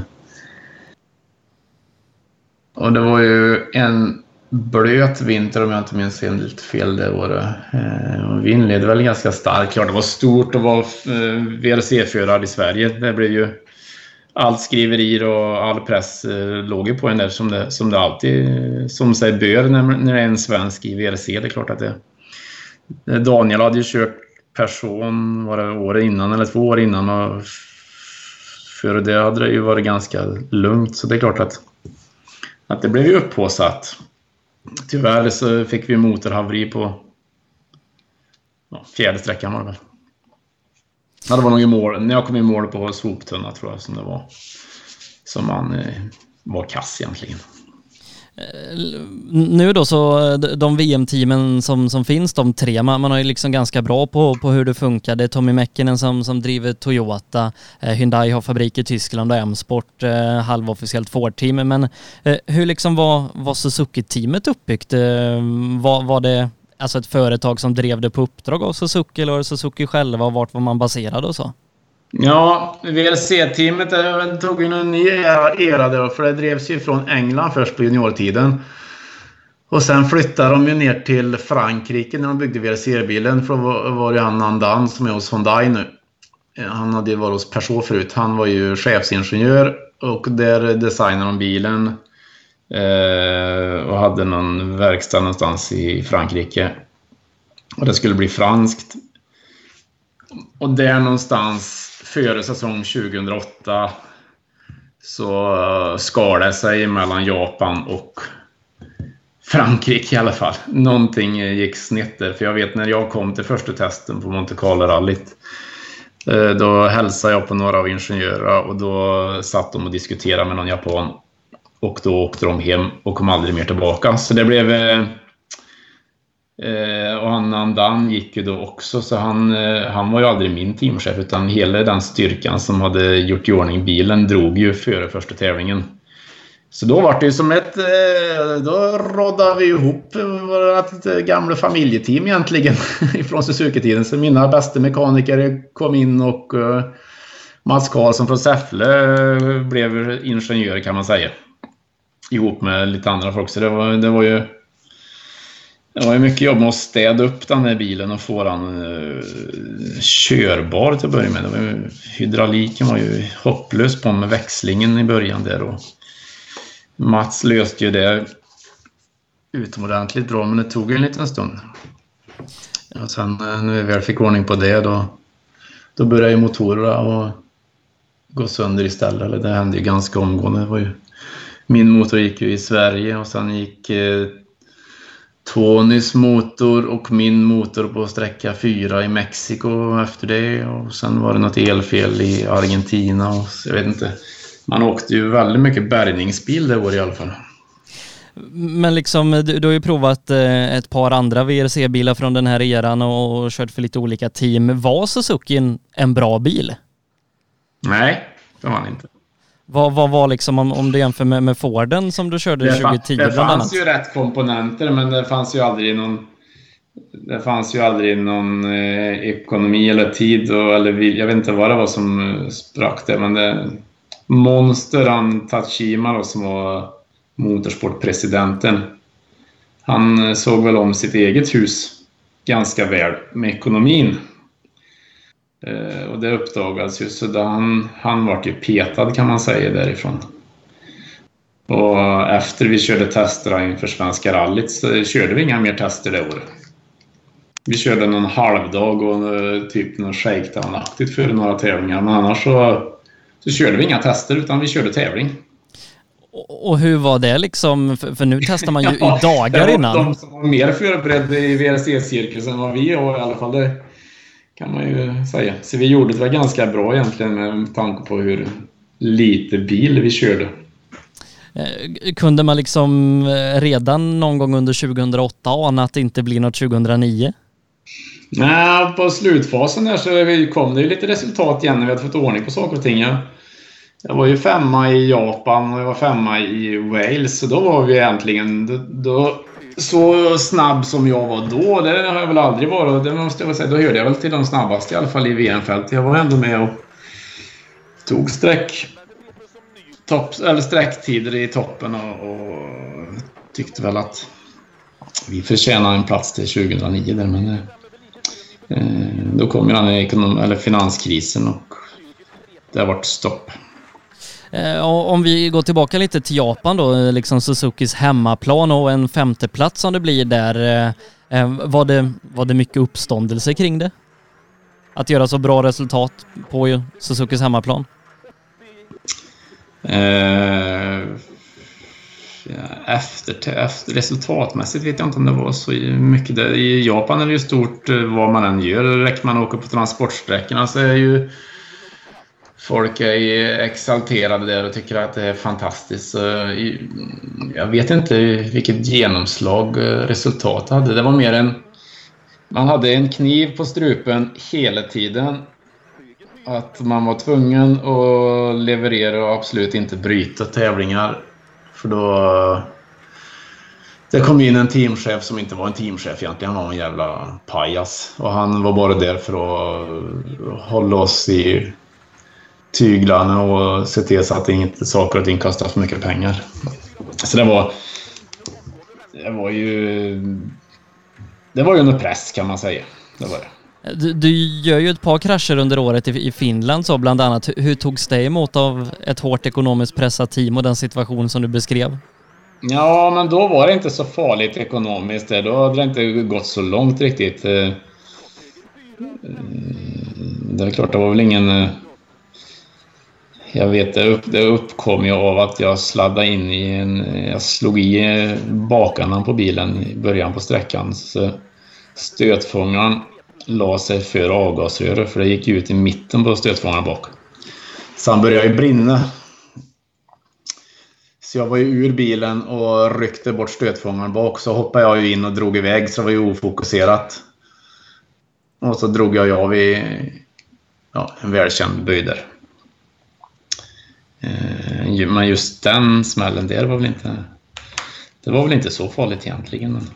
och det var ju en blöt vinter om jag inte minns helt fel det året. Eh, vi inledde väl ganska starkt. Klart det var stort att vara eh, V R C-förare i Sverige. Det blev ju allt skriverier och all press eh, låg ju på en där som det, som det alltid som sig bör när, när det är en svensk i V R C. Det är klart att det... Daniel hade ju kört person var det år innan eller två år innan, och för det hade det ju varit ganska lugnt, så det är klart att att det blev ju upphåsat. Tyvärr så fick vi motorhaveri på ja, fjärde sträckan var det väl. Ja, det var nog i mål, när jag kom i mål på soptunna tror jag som det var. Som man eh, var kass egentligen. Nu då så de V M-teamen som, som finns, de tre, man, man har ju liksom ganska bra på, på hur det funkar. Det är Tommy Mäkinen som, som driver Toyota, eh, Hyundai har fabrik i Tyskland och M-sport, eh, halvofficiellt Ford-team. Men eh, hur liksom var, var Suzuki-teamet uppbyggt? Eh, var, var det alltså ett företag som drev det på uppdrag av Suzuki, eller Suzuki själva, och vart var man baserad och så? Ja, V L C-teamet tog ju en ny era då, för det drevs ju från England först på juniortiden. Och sen flyttade de ju ner till Frankrike när de byggde V L C-bilen, för då var det han Nandan som är hos Hyundai nu. Han hade ju varit hos Peugeot förut, han var ju chefsingenjör och där designade de bilen eh, och hade någon verkstad någonstans i Frankrike. Och det skulle bli franskt. Och där någonstans före säsong tjugohundraåtta så skar det sig mellan Japan och Frankrike i alla fall. Någonting gick snett där. För jag vet när jag kom till första testen på Monte Carlo-rallyt. Då hälsade jag på några av ingenjörerna och då satt de och diskuterade med någon japan. Och då åkte de hem och kom aldrig mer tillbaka. Så det blev... Och han Dan gick ju då också. Så han, han var ju aldrig min teamchef. Utan hela den styrkan som hade gjort i ordning bilen drog ju före första tävlingen. Så då var det ju som ett... Då rådde vi ihop vårt gamla familjeteam egentligen ifrån Suzuki-tiden. Så mina bästa mekaniker kom in och Mats Karlsson från Säffle blev ingenjör kan man säga. Ihop med lite andra folk. Så det var, det var ju... Det var ju mycket jobb med att städa upp den här bilen och få den uh, körbar till att börja med. Det var ju, hydrauliken var ju hopplös på med växlingen i början där. Och Mats löste ju det utomordentligt bra, men det tog en liten stund. Och sen när vi väl fick ordning på det, då, då började ju motorerna och gå sönder istället. Eller det hände ju ganska omgående. Det var ju, min motor gick ju i Sverige och sen gick... Eh, Tonys motor och min motor på sträcka fyra i Mexiko efter det. Och sen var det något elfel i Argentina. Och jag vet inte. Man åkte ju väldigt mycket bärgningsbil det år i alla fall. Men liksom, du, du har ju provat eh, ett par andra V R C-bilar från den här eran och, och kört för lite olika team. Var Suzuki en, en bra bil? Nej, det var han inte. Vad, vad var liksom, om, om du jämför med, med Forden som du körde tjugo tio? Det fanns ju rätt komponenter, men det fanns ju aldrig någon det fanns ju aldrig någon eh, ekonomi eller tid och, eller jag vet inte vad det var som eh, sprack det, men det Monster, han Tachima då, som var motorsportpresidenten, han såg väl om sitt eget hus ganska väl med ekonomin. Uh, och det uppdagades ju, så då han, han var ju petad kan man säga därifrån. Och efter vi körde testerna inför Svenska rallyt så körde vi inga mer tester det året. Vi körde någon halvdag och uh, typ någon shakedown-aktigt för några tävlingar, men annars så, så körde vi inga tester utan vi körde tävling. Och, och hur var det liksom, för, för nu testar man ju ja, i dagar det var innan. De som var mer förberedda i V R C-cirkusen än vad vi var i alla fall, det kan man ju säga. Så vi gjorde det var ganska bra egentligen med tanke på hur lite bil vi körde. Kunde man liksom redan någon gång under tjugohundraåtta ana att det inte blir något tjugohundranio? Nej, på slutfasen där så kom det ju lite resultat igen när vi hade fått ordning på saker och ting. Jag var ju femma i Japan och jag var femma i Wales, så då var vi egentligen då, då så snabb som jag var då, det har jag väl aldrig varit. Det måste jag väl säga, då hörde jag väl till de snabbaste i alla fall i V M-fält. Jag var ändå med och tog sträck topp, eller sträcktider i toppen och, och tyckte väl att vi förtjänar en plats till tjugohundranio där, men eh, då kom ju den ekonom- eller finanskrisen och det har varit stopp. Om vi går tillbaka lite till Japan då, liksom Suzukis hemmaplan och en femteplats som det blir där, var det, var det mycket uppståndelse kring det? Att göra så bra resultat på Suzukis hemmaplan? Eh, efter, efter resultatmässigt vet jag inte om det var så mycket där. I Japan är det ju stort vad man än gör. Räcker man åker på transportsträckorna så är ju folk är exalterade där och tycker att det är fantastiskt. Jag vet inte vilket genomslag resultatet hade. Det var mer en... Man hade en kniv på strupen hela tiden. Att man var tvungen att leverera och absolut inte bryta tävlingar. För då... Det kom in en teamchef som inte var en teamchef egentligen. Han var en jävla pajas. Och han var bara där för att hålla oss i tyglarna och se till så att inte saker och ting kostar för mycket pengar. Så det var det var ju det var ju under press kan man säga. Det var det. Du, du gör ju ett par krascher under året i, i Finland så bland annat. Hur, hur togs det emot av ett hårt ekonomiskt pressat team och den situation som du beskrev? Ja, men då var det inte så farligt ekonomiskt. Då hade det inte gått så långt riktigt. Det är klart, det var väl ingen Jag vet, det, upp, det uppkom ju av att jag sladdade in i en... Jag slog i bakarna på bilen i början på sträckan. Så stötfångaren la sig för avgasröret, för det gick ut i mitten på stötfångaren bak. Så han började ju brinna. Så jag var ju ur bilen och ryckte bort stötfångaren bak. Så hoppade jag ju in och drog iväg, så det var ju ofokuserat. Och så drog jag av i ja, en välkänd böj där. Men just den smällen där var väl inte... Det var väl inte så farligt egentligen. Men...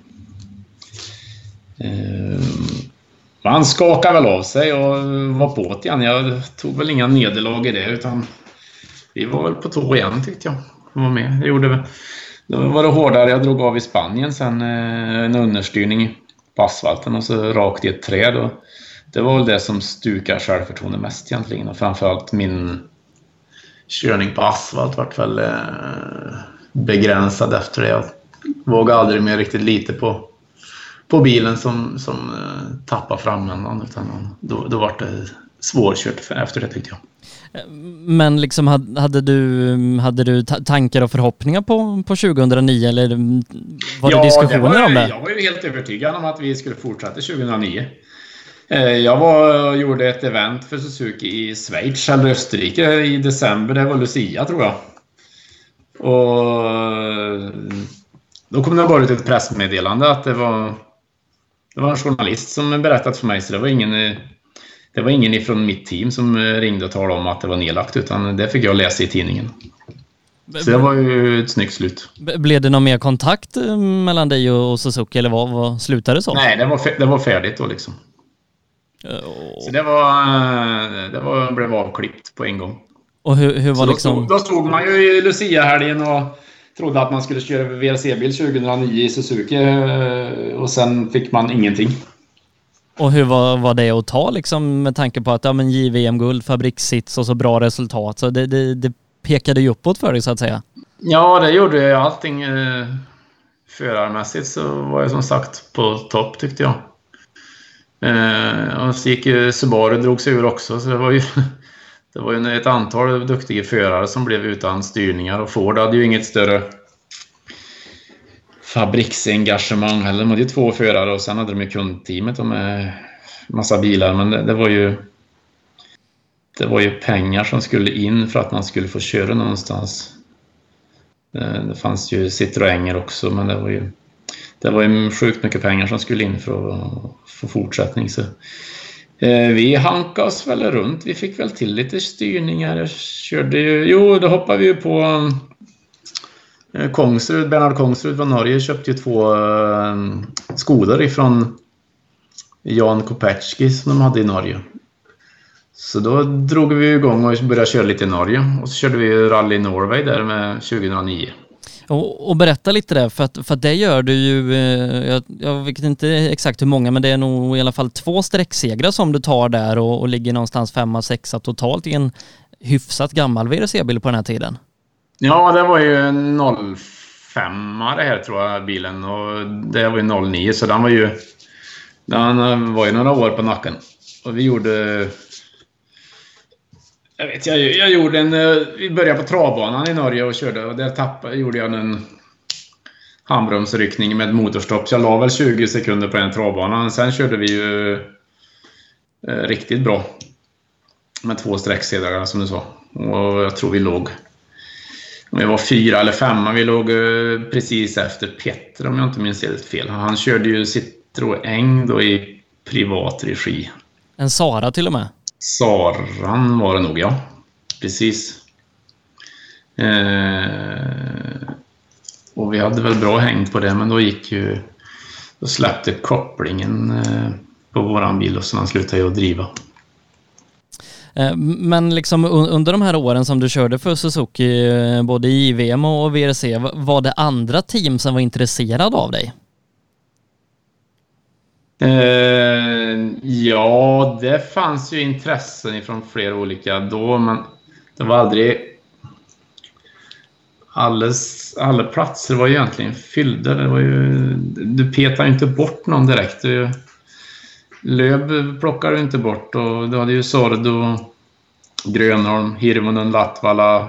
Man skakade väl av sig och var på det igen. Jag tog väl inga nederlag i det, utan vi var väl på tå igen, tyckte jag. Jag var med. Jag gjorde, då var det hårdare. Jag drog av i Spanien sen en understyrning på asfalten och så rakt i ett träd. Och det var väl det som stukar självförtroende mest egentligen. Och framförallt min körning på asfalt vart väl begränsad efter det. Jag vågade aldrig mer riktigt lite på på bilen som, som uh, tappade framändan, utan då, då var det svårkört efter det, tyckte jag. Men liksom hade du, hade du tankar och förhoppningar på, på tjugohundranio, eller var det ja, diskussioner det var, om det? Jag var ju helt övertygad om att vi skulle fortsätta tjugohundranio. Jag var och gjorde ett event för Suzuki i Schweiz eller Österrike i december. Det var Lucia, tror jag. Och då kom det bara ut ett pressmeddelande att det var det var en journalist som berättat för mig, så det var ingen det var ingen ifrån mitt team som ringde och talade om att det var nedlagt, utan det fick jag läsa i tidningen. Så det var ju ett snyggt slut. Blev det någon mer kontakt mellan dig och Suzuki, eller vad, vad slutade det så? Nej, det var, det var färdigt då liksom. Oh. Så det var det var blev avklippt på en gång. Och hur, hur var så liksom... då, stod, då stod man ju i Lucia-helgen och trodde att man skulle köra V R C-bil tjugohundranio i Suzuki, och sen fick man ingenting. Och hur var, var det att ta liksom, med tanke på att ja, men J V M-guld, fabrikssits och så bra resultat, så det, det, det pekade ju uppåt för dig, så att säga. Ja, det gjorde jag. Allting eh, förarmässigt så var jag som sagt på topp, tyckte jag. Eh, och så gick ju Subaru, drog sig ur också, så det var ju det var ju ett antal duktiga förare som blev utan styrningar, och Ford hade ju inget större fabriksengagemang heller. De hade ju två förare och sen hade de ju kundteamet med massa bilar, men det, det var ju det var ju pengar som skulle in för att man skulle få köra någonstans. Det, det fanns ju Citroënger också, men det var ju det var ju sjukt mycket pengar som skulle in för att få fortsättning, så vi hankade oss väl runt. Vi fick väl till lite styrningar. Jag körde ju... Jo, då hoppade vi ju på Kongsrud. Bernhard Kongsrud från Norge köpte ju två Skodor ifrån Jan Kopecki som de hade i Norge. Så då drog vi igång och började köra lite i Norge. Och så körde vi Rally Norway där med tjugohundranio. Och, och berätta lite där, för att, för att det gör du ju, eh, jag, jag vet inte exakt hur många, men det är nog i alla fall två sträcksegrar som du tar där och, och ligger någonstans femma, sexa totalt i en hyfsat gammal V R C-bil på den här tiden. Ja, det var ju noll fem det här, tror jag, bilen, och det var ju noll nio, så den var ju den var ju några år på nacken. Och vi gjorde Jag vet, jag, jag gjorde en... Vi började på travbanan i Norge och körde, och där tappade, gjorde jag en handbromsryckning med motorstopp. Så jag la väl tjugo sekunder på den travbanan. Sen körde vi ju eh, riktigt bra med två sträcksedlar, som du sa. Och jag tror vi låg... Om jag var fyra eller femma, vi låg eh, precis efter Petter, om jag inte minns helt fel. Han körde ju Citroën då i privat regi. En Sara till och med? Saran var det nog, ja. Precis. Eh, och vi hade väl bra hängt på det, men då gick ju... Då släppte kopplingen eh, på våran bil, och så han slutade ju att driva. Men liksom under de här åren som du körde för Suzuki, både i J V M och V R C, var det andra team som var intresserade av dig? Eh, ja, det fanns ju intressen från flera olika då, men det var aldrig alles, alla platser var ju egentligen fyllda. Det var ju, du petar ju inte bort någon direkt. Du, Löb plockar du inte bort, och du hade ju Sordo, Grönholm, Hirvonen, Latvala.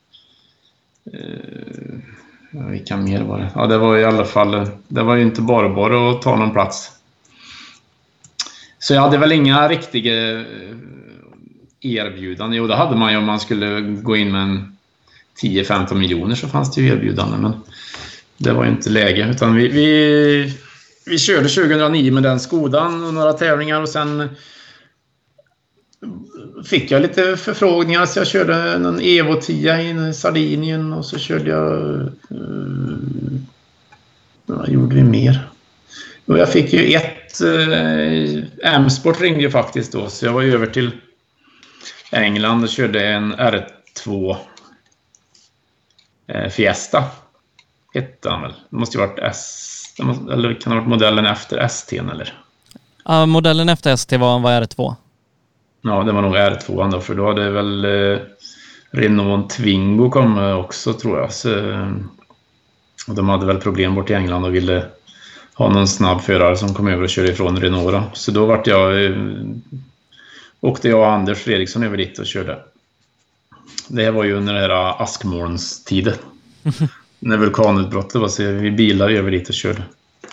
Eh, vilka mer var det? Ja, det var i alla fall, det var ju inte bara bara att ta någon plats. Så jag hade väl inga riktiga erbjudanden. Jo, det hade man ju om man skulle gå in med en tio femton miljoner, så fanns det ju erbjudanden, men det var ju inte läge, utan vi, vi, vi körde tjugohundranio med den Skodan och några tävlingar, och sen fick jag lite förfrågningar, så jag körde någon Evo tio i Sardinien, och så körde jag uh, vad gjorde vi mer? Och jag fick ju ett uh, M-sport ringde ju faktiskt då, så jag var över till England och körde en R två uh, Fiesta hette han väl. Det måste ju varit S, måste, eller kan det ha varit modellen efter S T eller? Ja, modellen efter S T var, var R två. Ja, det var nog R två då, för då hade väl eh, Renault Twingo kom också, tror jag. Så, och de hade väl problem bort i England och ville ha någon snabb förare som kom över och körde ifrån Renault då. Så då vart jag, eh, åkte jag och Anders Fredriksson över dit och körde. Det här var ju under det här Askmolns tiden. När vulkanutbrottet var, så vi bilar över dit och körde.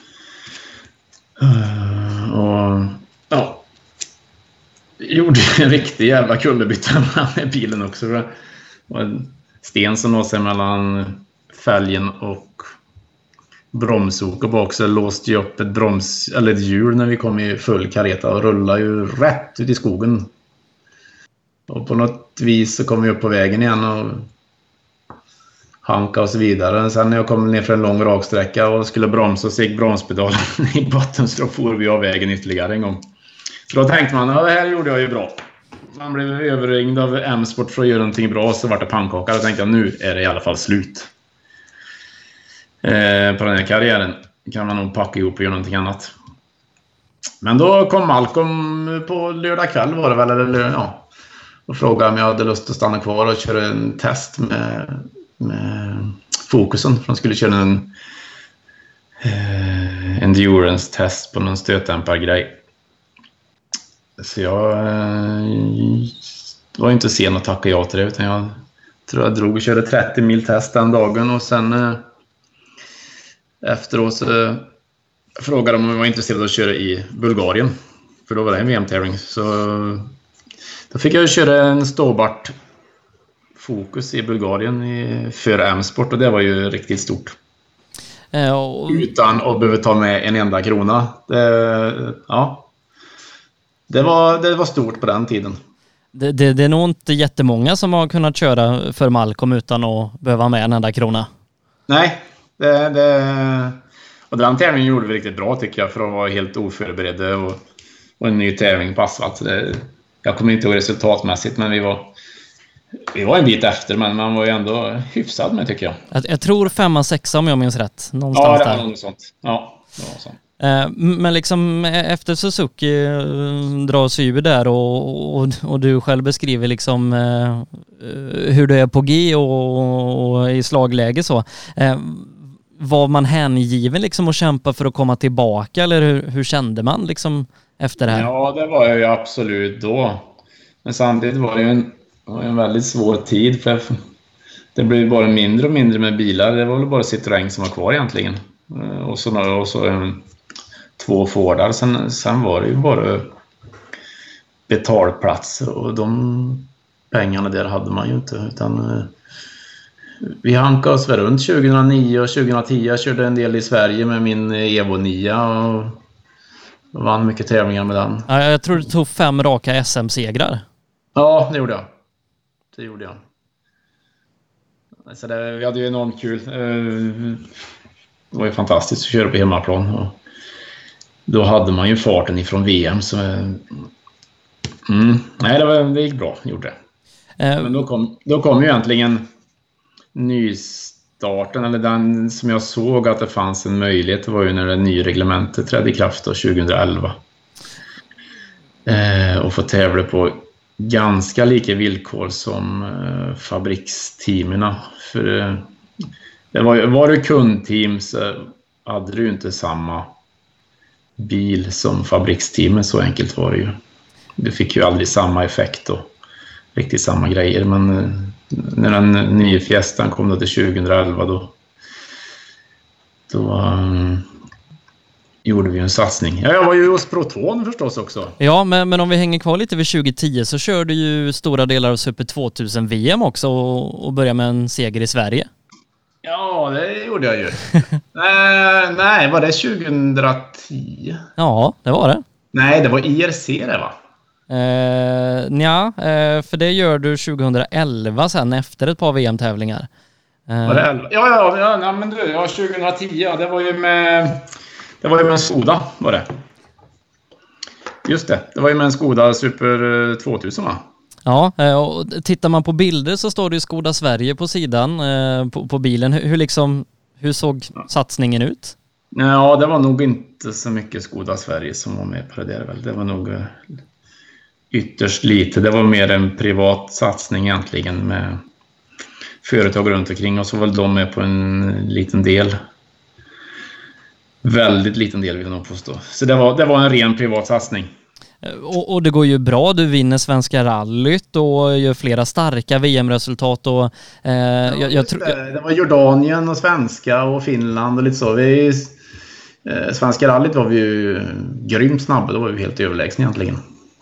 Uh, och ja, gjorde en riktig jävla kullerbytta med bilen också. Det var en sten som låg sig mellan fälgen och bromsok och bak, så låste jag upp ett broms eller ett hjul när vi kom i full kareta och rullade ju rätt ut i skogen. Och på något vis så kom vi upp på vägen igen och hanka oss vidare. Sen när jag kom ner för en lång raksträcka och skulle bromsa, så gick bromspedalen i botten, så då får vi av vägen ytterligare en gång. Så då tänkte man, ja, det här gjorde jag ju bra. Man blev överringd av M-sport för att göra någonting bra, så vart det pannkaka. Då tänkte jag, nu är det i alla fall slut. Eh, på den här karriären kan man nog packa ihop och göra någonting annat. Men då kom Malcolm på lördag kväll var det väl, eller ja, och frågade om jag hade lust att stanna kvar och köra en test med, med Focusen. För de skulle köra en eh, endurance-test på någon stötdämpargrej. Så jag eh, var inte sen att tacka ja till det, utan jag tror jag drog och körde trettio mil test den dagen, och sen eh, efteråt så eh, frågade de om jag var intresserad av att köra i Bulgarien, för då var det en V M-tävling. Så då fick jag köra en Stobart Focus i Bulgarien i, för M-sport, och det var ju riktigt stort. Eh, och... Utan att behöva ta med en enda krona. Det, ja. Det var, det var stort på den tiden. Det, det, det är nog inte jättemånga som har kunnat köra för Malcolm utan att behöva med en enda krona. Nej, det, det, och den tävlingen gjorde vi riktigt bra tycker jag, för att vara helt oförberedda och, och en ny tävling på asfalt. Det, jag kommer inte ihåg resultatmässigt, men vi var, vi var en bit efter, men man var ju ändå hyfsad med tycker jag. Jag, jag tror femma, sexa om jag minns rätt. Någonstans ja, det var där. något sånt. Ja, det var sånt. Men liksom efter Suzuki dras ju där och, och, och du själv beskriver liksom eh, hur du är på G och, och i slagläge så. Eh, var man hängiven liksom att kämpa för att komma tillbaka, eller hur, hur kände man liksom efter det här? Ja, det var jag ju absolut då. Men samtidigt var det ju en, var en väldigt svår tid, för det blev ju bara mindre och mindre med bilar. Det var väl bara Citroën som var kvar egentligen. Och så, och så en två Fordar. Sen, sen var det ju bara betalplatser, och de pengarna där hade man ju inte, utan vi hankade oss väl runt tjugohundranio och tjugohundratio. Jag körde en del i Sverige med min Evo nio och vann mycket tävlingar med den. Ja, jag tror du tog fem raka S M-segrar. Ja, det gjorde jag. Det gjorde jag. Så det, vi hade ju enormt kul. Det var ju fantastiskt att köra på hemmaplan. Och då hade man ju farten ifrån V M. Så, mm, nej, det, var, det gick bra, gjorde det. Eh. Men då kom, då kom ju egentligen nystarten, eller den som jag såg att det fanns en möjlighet, var ju när det nya reglementet trädde i kraft då, tjugohundraelva. Eh, och få tävla på ganska lika villkor som eh, fabriksteamerna. För eh, det var, var du kundteam så hade du inte samma bil som fabriksteamen, så enkelt var det ju. Du fick ju aldrig samma effekt och riktigt samma grejer. Men eh, när den nya Fiestan kom då till tjugoelva då, då um, gjorde vi en satsning. Ja, jag var ju hos Proton förstås också. Ja, men, men om vi hänger kvar lite vid tjugo tio så körde ju stora delar av Super tvåtusen V M också och, och började med en seger i Sverige. Ja, det gjorde jag ju. eh, nej, var det tjugohundratio? Ja, det var det. Nej, det var I R C det va? Eh, ja, eh, för det gör du tjugoelva sen efter ett par V M-tävlingar. Eh. Var det elva? Ja, ja, ja, ja, men du, ja, tjugohundratio, ja, det var ju med det var ju med en Skoda var det. Just det, det var ju med en Skoda Super tvåtusen va? Ja, och tittar man på bilder så står det ju Skoda Sverige på sidan eh, på, på bilen. Hur, hur liksom hur såg satsningen ut? Ja, det var nog inte så mycket Skoda Sverige som var med på det där väl. Det var nog eh, ytterst lite. Det var mer en privat satsning egentligen med företag runt omkring och så var de med på en liten del. Väldigt liten del vill jag nog påstå. Så det var, det var en ren privat satsning. Och, och det går ju bra. Du vinner Svenska rallyt och gör flera starka V M-resultat. Och, eh, ja, jag, jag tro, det. det var Jordanien och Svenska och Finland och lite så. Vi, eh, Svenska rallyt var vi ju grymt snabba. Då var vi helt överlägsna egentligen.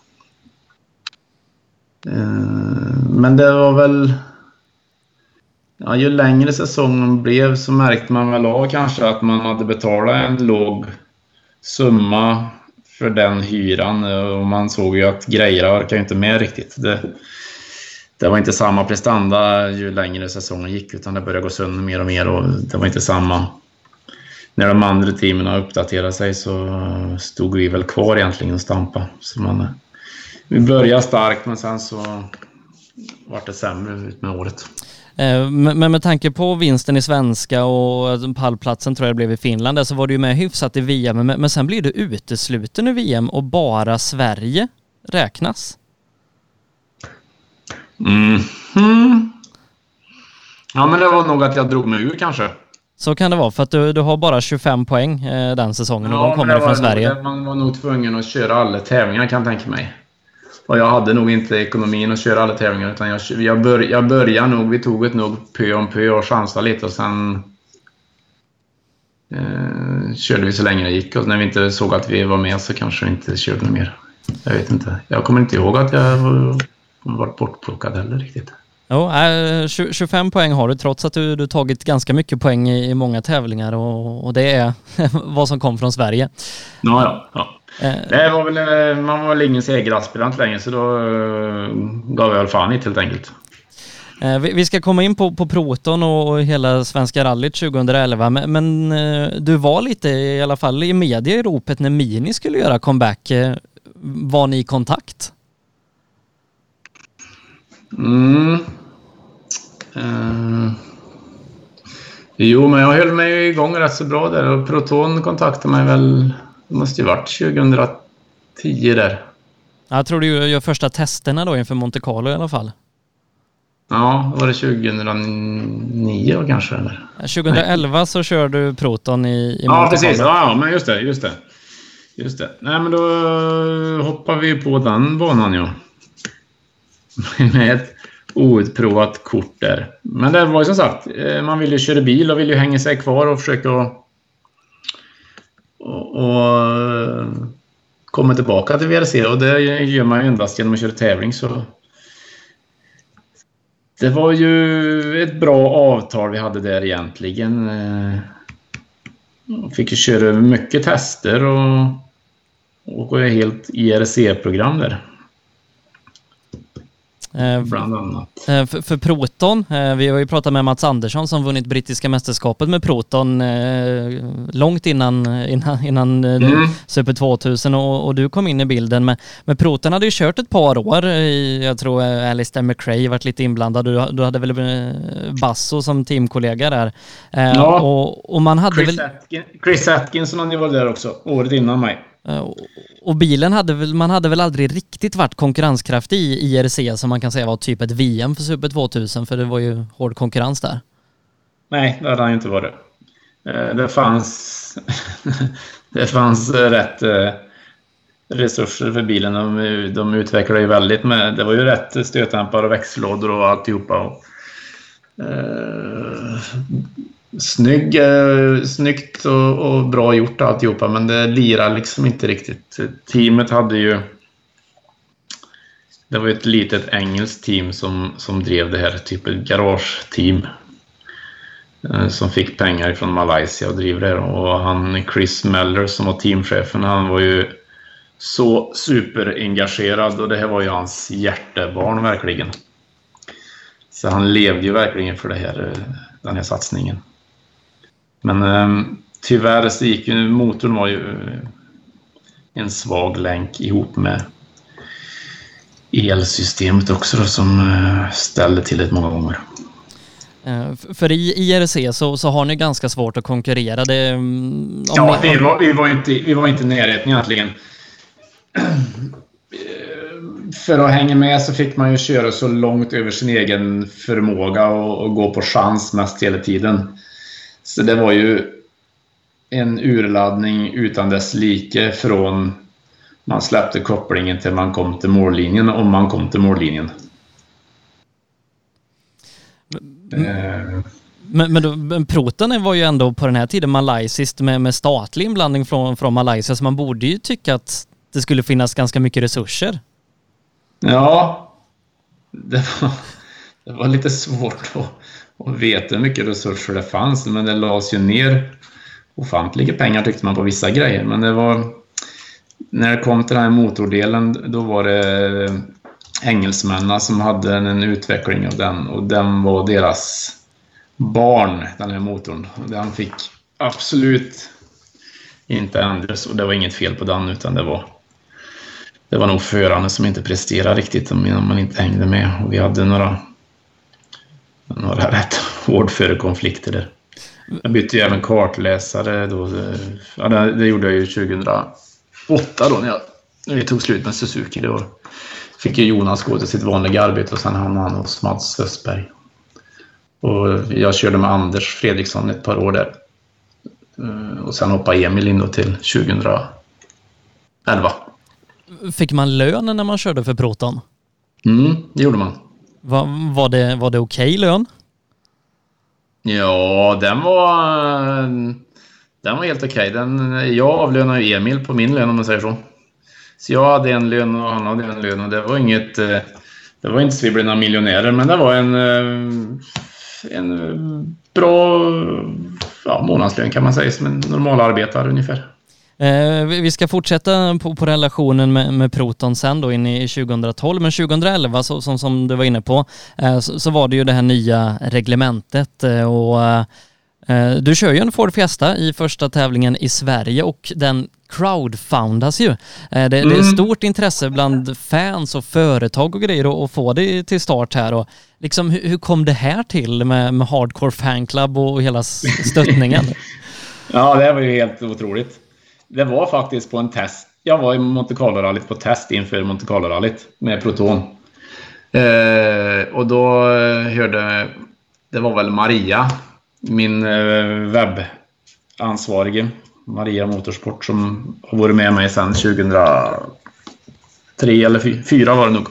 Eh, men det var väl... Ja, ju längre säsongen blev så märkte man väl av kanske att man hade betalat en låg summa för den hyran och man såg ju att grejer orkar inte med riktigt. Det, det var inte samma prestanda ju längre säsongen gick utan det började gå sönder mer och mer och det var inte samma. När de andra teamen uppdaterade sig så stod vi väl kvar egentligen och stampa. Så man, vi började starkt men sen så var det sämre ut med året. Men med tanke på vinsten i Svenska och pallplatsen tror jag blev i Finland så var du ju med hyfsat i V M men sen blir du utesluten i V M och bara Sverige räknas. Mm. Mm. Ja men det var nog att jag drog mig ur kanske. Så kan det vara för att du, du har bara tjugofem poäng eh, den säsongen och ja, de kommer från Sverige. Nog, man var nog tvungen att köra alla tävlingar kan jag tänka mig. Och jag hade nog inte ekonomin att köra alla tävlingar utan jag, jag, bör, jag började nog, vi tog ett nog pö om pö och chansade lite och sen eh, körde vi så länge det gick och när vi inte såg att vi var med så kanske vi inte körde mer. Jag vet inte. Jag kommer inte ihåg att jag var, var bortplockad heller riktigt. Jo, äh, tjugofem poäng har du trots att du, du tagit ganska mycket poäng i, i många tävlingar och, och det är vad som kom från Sverige. Ja, ja, ja. Det var väl, man var väl ingen segeraspirant längre så då gav jag väl fan i helt enkelt. Vi ska komma in på, på Proton och hela Svenska rallyt tjugoelva men, men du var lite i alla fall i media i ropet när Mini skulle göra comeback. Var ni i kontakt? Mm. Uh. Jo, men jag höll mig igång rätt så bra där och Proton kontaktade mig väl. Det måste ju varit tjugohundratio där. Jag tror du gör första testerna då inför Monte Carlo i alla fall. Ja, var det tjugohundranio kanske eller? tjugoelva så kör du Proton i, i ja, Monte precis. Carlo. Ja, men just det, just det. Just det. Nej, men då hoppar vi på den banan ja. Med ett outprovat kort där. Men det var ju som sagt, man vill ju köra bil och vill ju hänga sig kvar och försöka och, och komma tillbaka till V R C och det gör man ju endast genom att köra tävling så det var ju ett bra avtal vi hade där egentligen. Fick ju köra mycket tester och och ett helt I R C-program där. Bland annat. För, för Proton, vi har ju pratat med Mats Andersson som vunnit brittiska mästerskapet med Proton långt innan, innan, innan mm. Super tvåtusen och, och du kom in i bilden. Men, men Proton hade ju kört ett par år, jag tror Alistair McRae varit lite inblandad, du, du hade väl Basso som teamkollega där. Ja, och, och man hade Chris, väl... Atkin, Chris Atkinson hade ju varit där också, året innan mig. Och bilen hade väl, man hade väl aldrig riktigt varit konkurrenskraftig i I R C som man kan säga var typ ett V M för Super tvåtusen för det var ju hård konkurrens där. Nej, det hade han inte varit. Det fanns det fanns rätt resurser för bilen. De, de utvecklade ju väldigt med, det var ju rätt stötdämpare och växellådor och alltihopa. Och, eh, snygg, eh, snyggt och, och bra gjort alltihopa, men det lirar liksom inte riktigt. Teamet hade ju, det var ju ett litet engelskt team som, som drev det här, typ ett garage-team eh, som fick pengar från Malaysia och driver det. Och han Chris Meller som var teamchefen, han var ju så superengagerad och det här var ju hans hjärtebarn verkligen. Så han levde ju verkligen för det här, den här satsningen. Men eh, tyvärr så gick ju, motorn var ju en svag länk ihop med elsystemet också då, som eh, ställde till det många gånger. För i I R C så, så har ni ganska svårt att konkurrera. Det, om ja, ni... vi var, vi, var inte, vi var inte i närheten egentligen. För att hänga med så fick man ju köra så långt över sin egen förmåga och, och gå på chans mest hela tiden. Så det var ju en urladdning utan dess like från man släppte kopplingen till man kom till mållinjen, om man kom till mållinjen. Men, men, men, då, men Proton var ju ändå på den här tiden malaysiskt med, med statlig inblandning från, från Malaysia, så man borde ju tycka att det skulle finnas ganska mycket resurser. Ja, det var, det var lite svårt att, att veta hur mycket resurser det fanns, men det lades ju ner ofantliga pengar tyckte man på vissa grejer. Men det var, när det kom till den här motordelen, då var det engelsmänna som hade en utveckling av den, och den var deras barn, den här motorn. Den fick absolut inte ändras, och det var inget fel på den, utan det var det var nog förarna som inte presterade riktigt om man inte hängde med, och vi hade några några rätt hårdföre konflikter där. Jag bytte ju även kartläsare då, ja, det, det gjorde jag ju tjugohundraåtta då när, jag, när vi tog slut med Suzuki. Då fick ju Jonas gå till sitt vanliga arbete och sen hamnade han hos Mats Östberg. Och jag körde med Anders Fredriksson ett par år där. Och sen hoppade Emil in då till tjugohundraelva. Fick man lön när man körde för Proton? Mm, det gjorde man. Va, var det, var det okej lön? Ja, den var den var helt okej. Den, jag avlönade ju Emil på min lön, om man säger så. Så jag hade en lön och han hade en lön, och det var inget, det var inte så vi blev några miljonärer, men det var en en bra ja, månadslön kan man säga, som en normal arbetare ungefär. Eh, vi ska fortsätta på, på relationen med, med Proton sen då in i tjugohundratolv, men tjugohundraelva så, som, som du var inne på eh, så, så var det ju det här nya reglementet eh, och eh, du kör ju en Ford Fiesta i första tävlingen i Sverige, och den crowdfundas ju. Eh, det, mm. det är stort intresse bland fans och företag och grejer att få det till start här, och liksom hur, hur kom det här till med, med Hardcore Fan Club och hela stöttningen? Ja, det var ju helt otroligt. Det var faktiskt på en test. Jag var i Monte Carlo-rallyt på test inför Monte Carlo-rallyt med Proton. Eh, och då hörde, det var väl Maria, min eh, webbansvarige, Maria Motorsport, som har varit med mig sedan tjugohundratre eller fyra var det nog.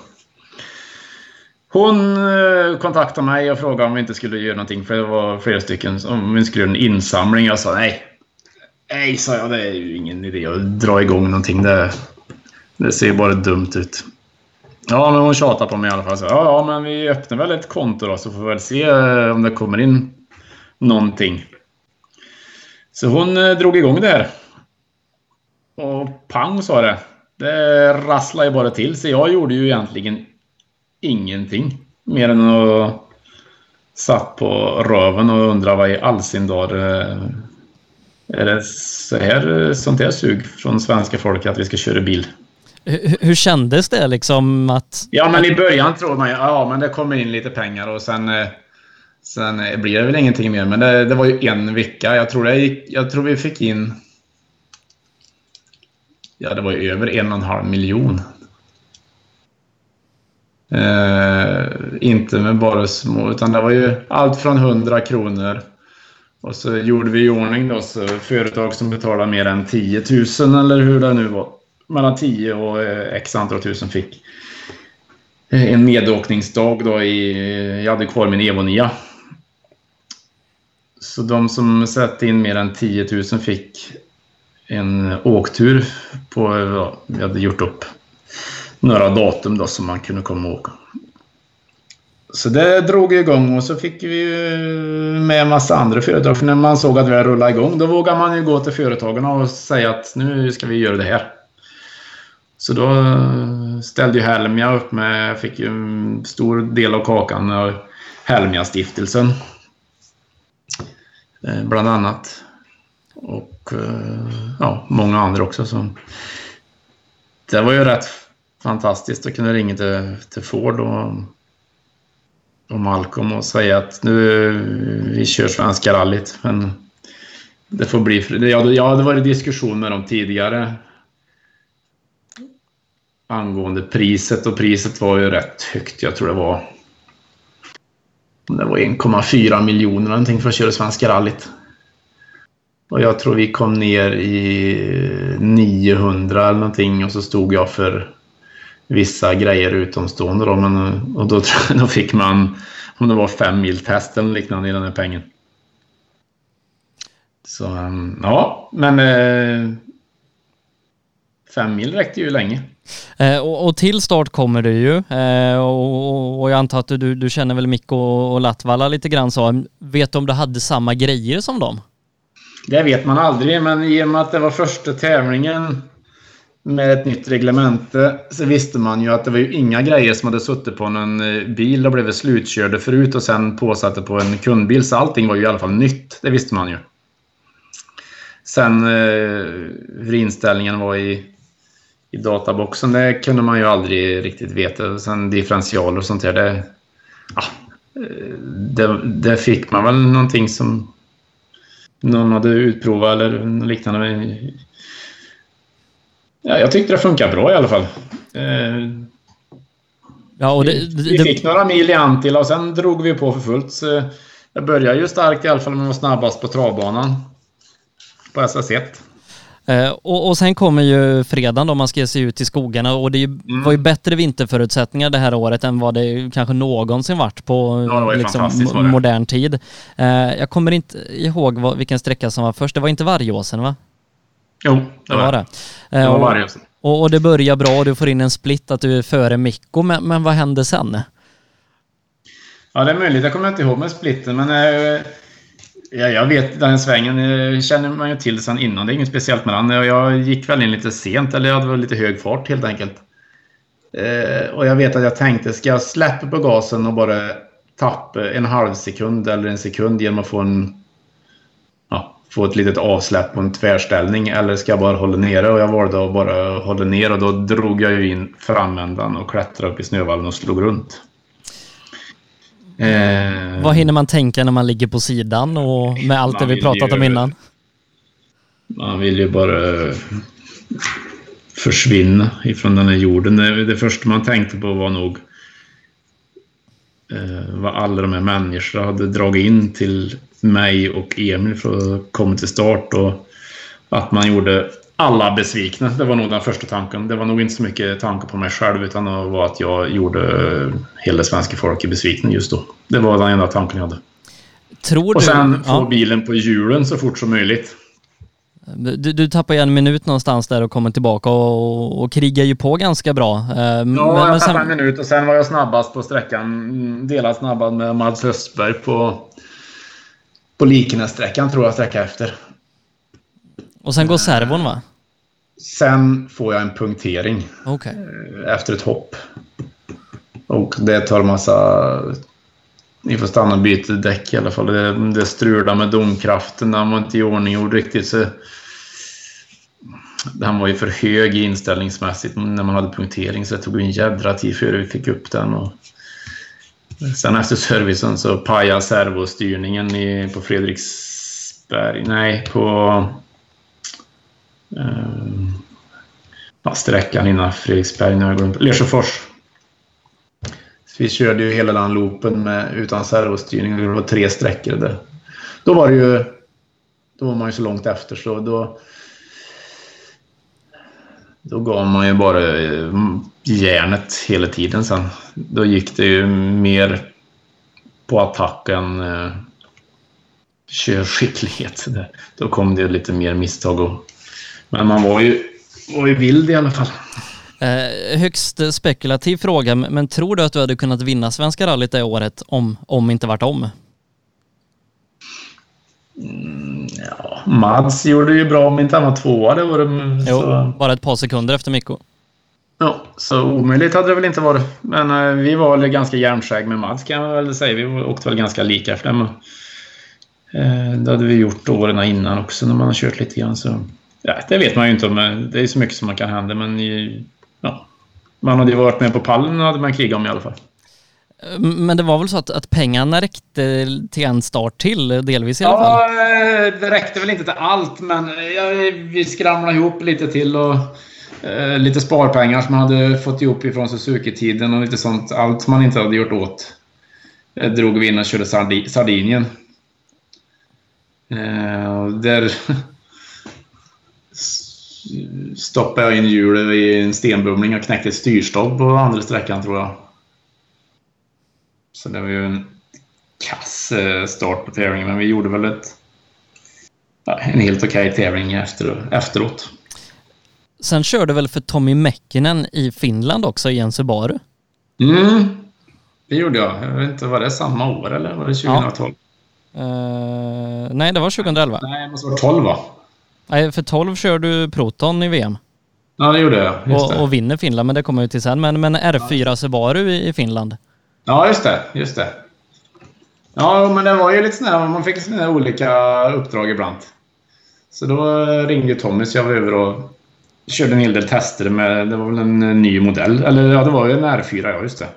Hon eh, kontaktade mig och frågade om vi inte skulle göra någonting, för det var flera stycken, om vi skulle göra en insamling. Jag sa nej. Nej, sa jag, det är ju ingen idé att dra igång någonting. Det, det ser bara dumt ut. Ja, men hon tjatade på mig i alla fall. Så, ja, ja, men vi öppnar väl ett konto då, så får vi väl se om det kommer in någonting. Så hon drog igång det här. Och pang, sa det. Det rasslade ju bara till. Så jag gjorde ju egentligen ingenting. Mer än att satt på röven och undrade vad i all sin dag är det så här, sånt här sug från svenska folk att vi ska köra bil. Hur, hur kändes det liksom att... Ja, men i början tror man ju, ja, men det kommer in lite pengar och sen, sen blir det väl ingenting mer. Men det, det var ju en vecka. Jag tror, det gick, jag tror vi fick in, ja, det var ju över en och en halv miljon. Eh, inte med bara små, utan det var ju allt från hundra kronor. Och så gjorde vi i ordning då, så företag som betalar mer än tio tusen eller hur det nu var. mellan tio och x antal tusen fick en medåkningsdag då i, jag hade kvar min Evo nio. Så de som satte in mer än tio tusen fick en åktur på, ja, vi hade gjort upp några datum då som man kunde komma och åka. Så det drog igång och så fick vi med en massa andra företag. För när man såg att vi rullade igång, då vågar man ju gå till företagen och säga att nu ska vi göra det här. Så då ställde ju Helmia upp med, fick ju en stor del av kakan av Helmia-stiftelsen. Bland annat. Och ja, många andra också. Så det var ju rätt fantastiskt att kunna ringa till, till Ford och, och Malcolm och säga att nu vi kör Svenska rallyt. Men det får bli... Ja, det hade varit diskussion med dem tidigare angående priset, och priset var ju rätt högt. Jag tror det var det var en komma fyra miljoner någonting för att köra Svenska rallyt. Och jag tror vi kom ner i niohundra eller någonting, och så stod jag för vissa grejer utomstående då, men, och då, då fick man, om det var fem mil test eller liknande i den här pengen. Så ja, men eh, fem mil räckte ju länge. Eh, och, och till start kommer du ju eh, och, och jag antar att du, du känner väl Mikko och, och Latvala lite grann, så vet du om du hade samma grejer som dem? Det vet man aldrig, men i och med att det var första tävlingen med ett nytt reglemente så visste man ju att det var ju inga grejer som hade suttit på en bil och blev slutkörde förut och sen påsatte på en kundbil, så allting var ju i alla fall nytt, det visste man ju. Sen eh, hur inställningen var i, i databoxen, det kunde man ju aldrig riktigt veta. Sen differentialer och sånt där, det, ja, det, det fick man väl någonting som någon hade utprovat eller liknande. Ja, jag tyckte det funkar bra i alla fall. Eh, ja, och det, vi, vi fick det... några mil i Antilla och sen drog vi på för fullt. Så jag började ju starkt i alla fall, med att vara snabbast på travbanan på S S ett. Eh, och, och sen kommer ju fredagen då man ska se ut i skogarna, och det mm. var ju bättre vinterförutsättningar det här året än vad det kanske någonsin varit på ja, liksom, modern tid. Eh, jag kommer inte ihåg vad, vilken sträcka som var först. Det var inte Vargåsen, va? Jo, det, det var det. Eh, det var Vargåsen. Och, och det börjar bra och du får in en split att du är före Mikko, men, men vad hände sen? Ja, det är möjligt. Jag kommer inte ihåg med splitten, men eh, ja, jag vet den svängen, jag känner man ju till sen innan, det är inget speciellt med den. Jag gick väl in lite sent, eller jag hade väl lite hög fart helt enkelt. Eh, och jag vet att jag tänkte, ska jag släppa på gasen och bara tappa en halv sekund eller en sekund genom att få en ja, få ett litet avsläpp på en tvärställning, eller ska jag bara hålla nere? Och jag valde att bara hålla ner, och då drog jag ju in framändan och klättrade upp i snövallen och slog runt. Eh, Vad hinner man tänka när man ligger på sidan och med allt det vi pratat om innan? Man vill ju bara försvinna ifrån den här jorden. Det, det första man tänkte på var nog eh, vad alla de här människorna hade dragit in till mig och Emil för att komma till start, och att man gjorde alla besvikna. Det var nog den första tanken. Det var nog inte så mycket tanke på mig själv, utan det var att jag gjorde hela svenska folket besvikna just då. Det var den enda tanken jag hade. Tror och sen du, få ja. bilen på hjulen så fort som möjligt. Du, du tappar ju en minut någonstans där och kommer tillbaka och, och krigar ju på ganska bra. Ja, men, jag men sen... tappade en minut och sen var jag snabbast på sträckan. Delat snabbast med Mads Östberg på, på Likenässträckan, tror jag sträcka efter. Och sen går servon, va? Sen får jag en punktering okay. efter ett hopp. Och det tar en massa... Ni får stanna och byta däck i alla fall. Det, det strular med domkraften. Den var inte i ordning gjord riktigt. Så den var ju för hög inställningsmässigt när man hade punktering. Så det tog en jädra tid före vi fick upp den. Och sen efter servicen så pajade servostyrningen i, på Fredriksberg. Nej, på... Uh, ja, sträckan innan Fredriksberg, när jag går på Lesjöfors. Så vi körde ju hela den loopen med, utan servostyrning. Det var tre sträckor där. Då var det ju då var man ju så långt efter, så då då gav man ju bara järnet hela tiden sen. Då gick det ju mer på attacken eh, körskicklighet. Då kom det lite mer misstag. Och, men man var ju, var ju vild i alla fall. Eh, högst spekulativ fråga, men tror du att du hade kunnat vinna Svenska rallyt det året om, om inte vart om? Mm, ja, Mads gjorde ju bra om inte han var tvåa. Det var det, jo, så... bara ett par sekunder efter Mikko. Ja, så omöjligt hade det väl inte varit. Men eh, vi var väl ganska järnskägg med Mads, kan jag väl säga. Vi åkte väl ganska lika efter dem. Eh, det hade vi gjort åren innan också när man har kört lite grann. Så, ja, det vet man ju inte om. Det är så mycket som man kan hända. Men ja, man hade ju varit med på pallen och hade man krigat om i alla fall. Men det var väl så att, att pengarna räckte till en start till, delvis i alla fall? Ja, det räckte väl inte till allt, men ja, vi skramlade ihop lite till och eh, lite sparpengar som man hade fått ihop ifrån Suzuki-tiden och lite sånt. Allt som man inte hade gjort åt eh, drog vi in och körde Sardi- Sardinien. Eh, och där stoppade jag in hjulet i en stenbumling och knäckte ett styrstopp på andra sträckan, tror jag. Så det var ju en kass start på tävlingen, men vi gjorde väl ett, ja, en helt okej tävling efter, efteråt. Sen körde väl för Tommy Mäkinen i Finland också i en Subaru? Mm, det gjorde jag. Jag vet inte, var det samma år eller var det tjugohundratolv? Ja. Uh, nej, det var tjugohundraelva. Nej, det måste vara tolv, va? Nej, för tolv kör du Proton i V M. Ja, det gjorde jag. Just och, det. och vinner Finland, men det kommer ju till sen. Men, men R fyra Subaru i, i Finland. Ja, just det, just det. Ja, men det var ju lite sådär, man fick sådana olika uppdrag ibland. Så då ringde Tommy, så jag var över och körde en hel del tester med, det var väl en ny modell. Eller ja, det var ju en R fyra, ja, just det.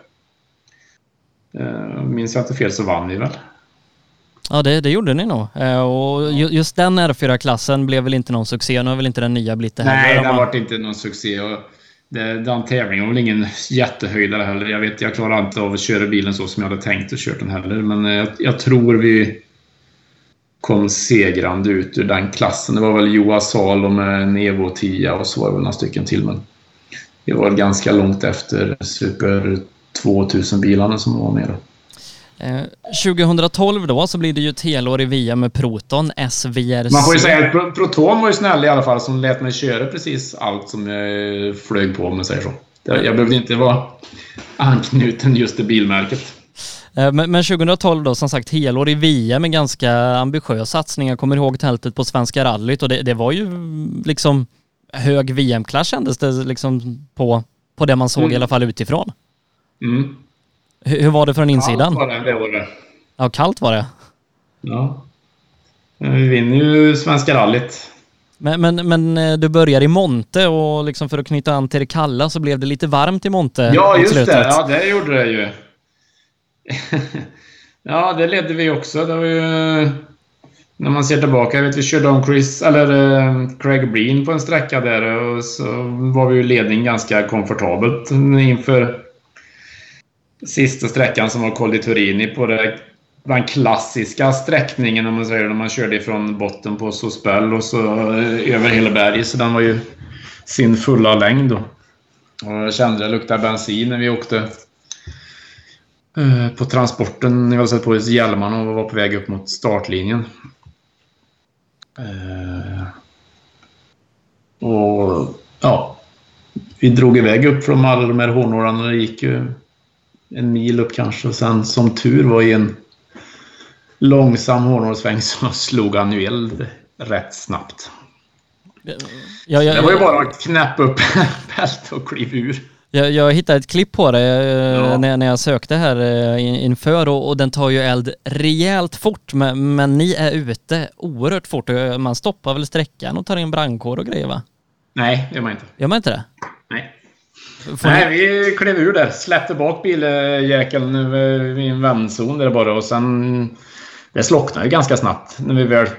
Uh, minns jag inte fel så vann vi väl. Ja, det, det gjorde ni nog. Uh, och just den R fyra-klassen blev väl inte någon succé. Nu har väl inte den nya blivit det heller. Nej, det man... var inte någon succé. Och det, den tävlingen var väl ingen jättehöjdare heller. Jag vet, jag klarar inte av att köra bilen så som jag hade tänkt att köra den heller. Men jag, jag tror vi kom segrande ut ur den klassen. Det var väl Joa Salo med en Evo tio och så var det väl några stycken till. Men det var ganska långt efter Super tvåtusen-bilarna som var med då. Eh, tjugohundratolv då så blir det ju ett helår i V M med Proton S V R C. Man får ju säga att Proton var ju snäll i alla fall, som lät mig köra precis allt som jag flög på, om man säger så. Jag behövde inte vara anknuten just till bilmärket. Eh, men, men tjugohundratolv då, som sagt, helår i V M med ganska ambitiös satsning. Jag kommer ihåg tältet på Svenska rallyt och det, det var ju liksom hög V M-klass, kändes det liksom på, på det man såg mm. i alla fall utifrån. Mm. Hur, hur var det från insidan? Kallt var det, det var det. Ja, kallt var det. Ja. Vi vinner ju Svenska rallyt. Men, men, men du börjar i Monte och liksom för att knyta an till det kalla så blev det lite varmt i Monte. Ja, just det. Ja, det gjorde det ju. Ja, det ledde vi också. Det var ju... När man ser tillbaka, jag vet vi körde om Chris, eller uh, Craig Breen på en sträcka där och så var vi ju ledning ganska komfortabelt inför sista sträckan som var Col di Turini på det, den klassiska sträckningen, om man säger, när man körde ifrån botten på Sospel och så över hela berget, så den var ju sin fulla längd då. Och jag kände det luktade bensin när vi åkte uh, på transporten. Ni har sett på oss hjälmarna och var på väg upp mot startlinjen. Uh, och ja, vi drog iväg upp från alla de här hårnålarna och det gick ju en mil upp kanske, och sen som tur var i en långsam hårnålsväng så slog han ju eld rätt snabbt. Ja, ja, det var ju ja, bara att knäppa upp bält och kliva ur. Jag, jag hittade ett klipp på det ja. när, när jag sökte här inför och, och den tar ju eld rejält fort, men, men ni är ute oerhört fort. Man stoppar väl sträckan och tar in brandkår och grejer, va? Nej, det gör man inte. Gör man inte det? Nej. Får Nej, ni... vi klev ur där. Släppte bak biljäkeln vid en vändzon där bara, och sen det slocknade ju ganska snabbt när vi väl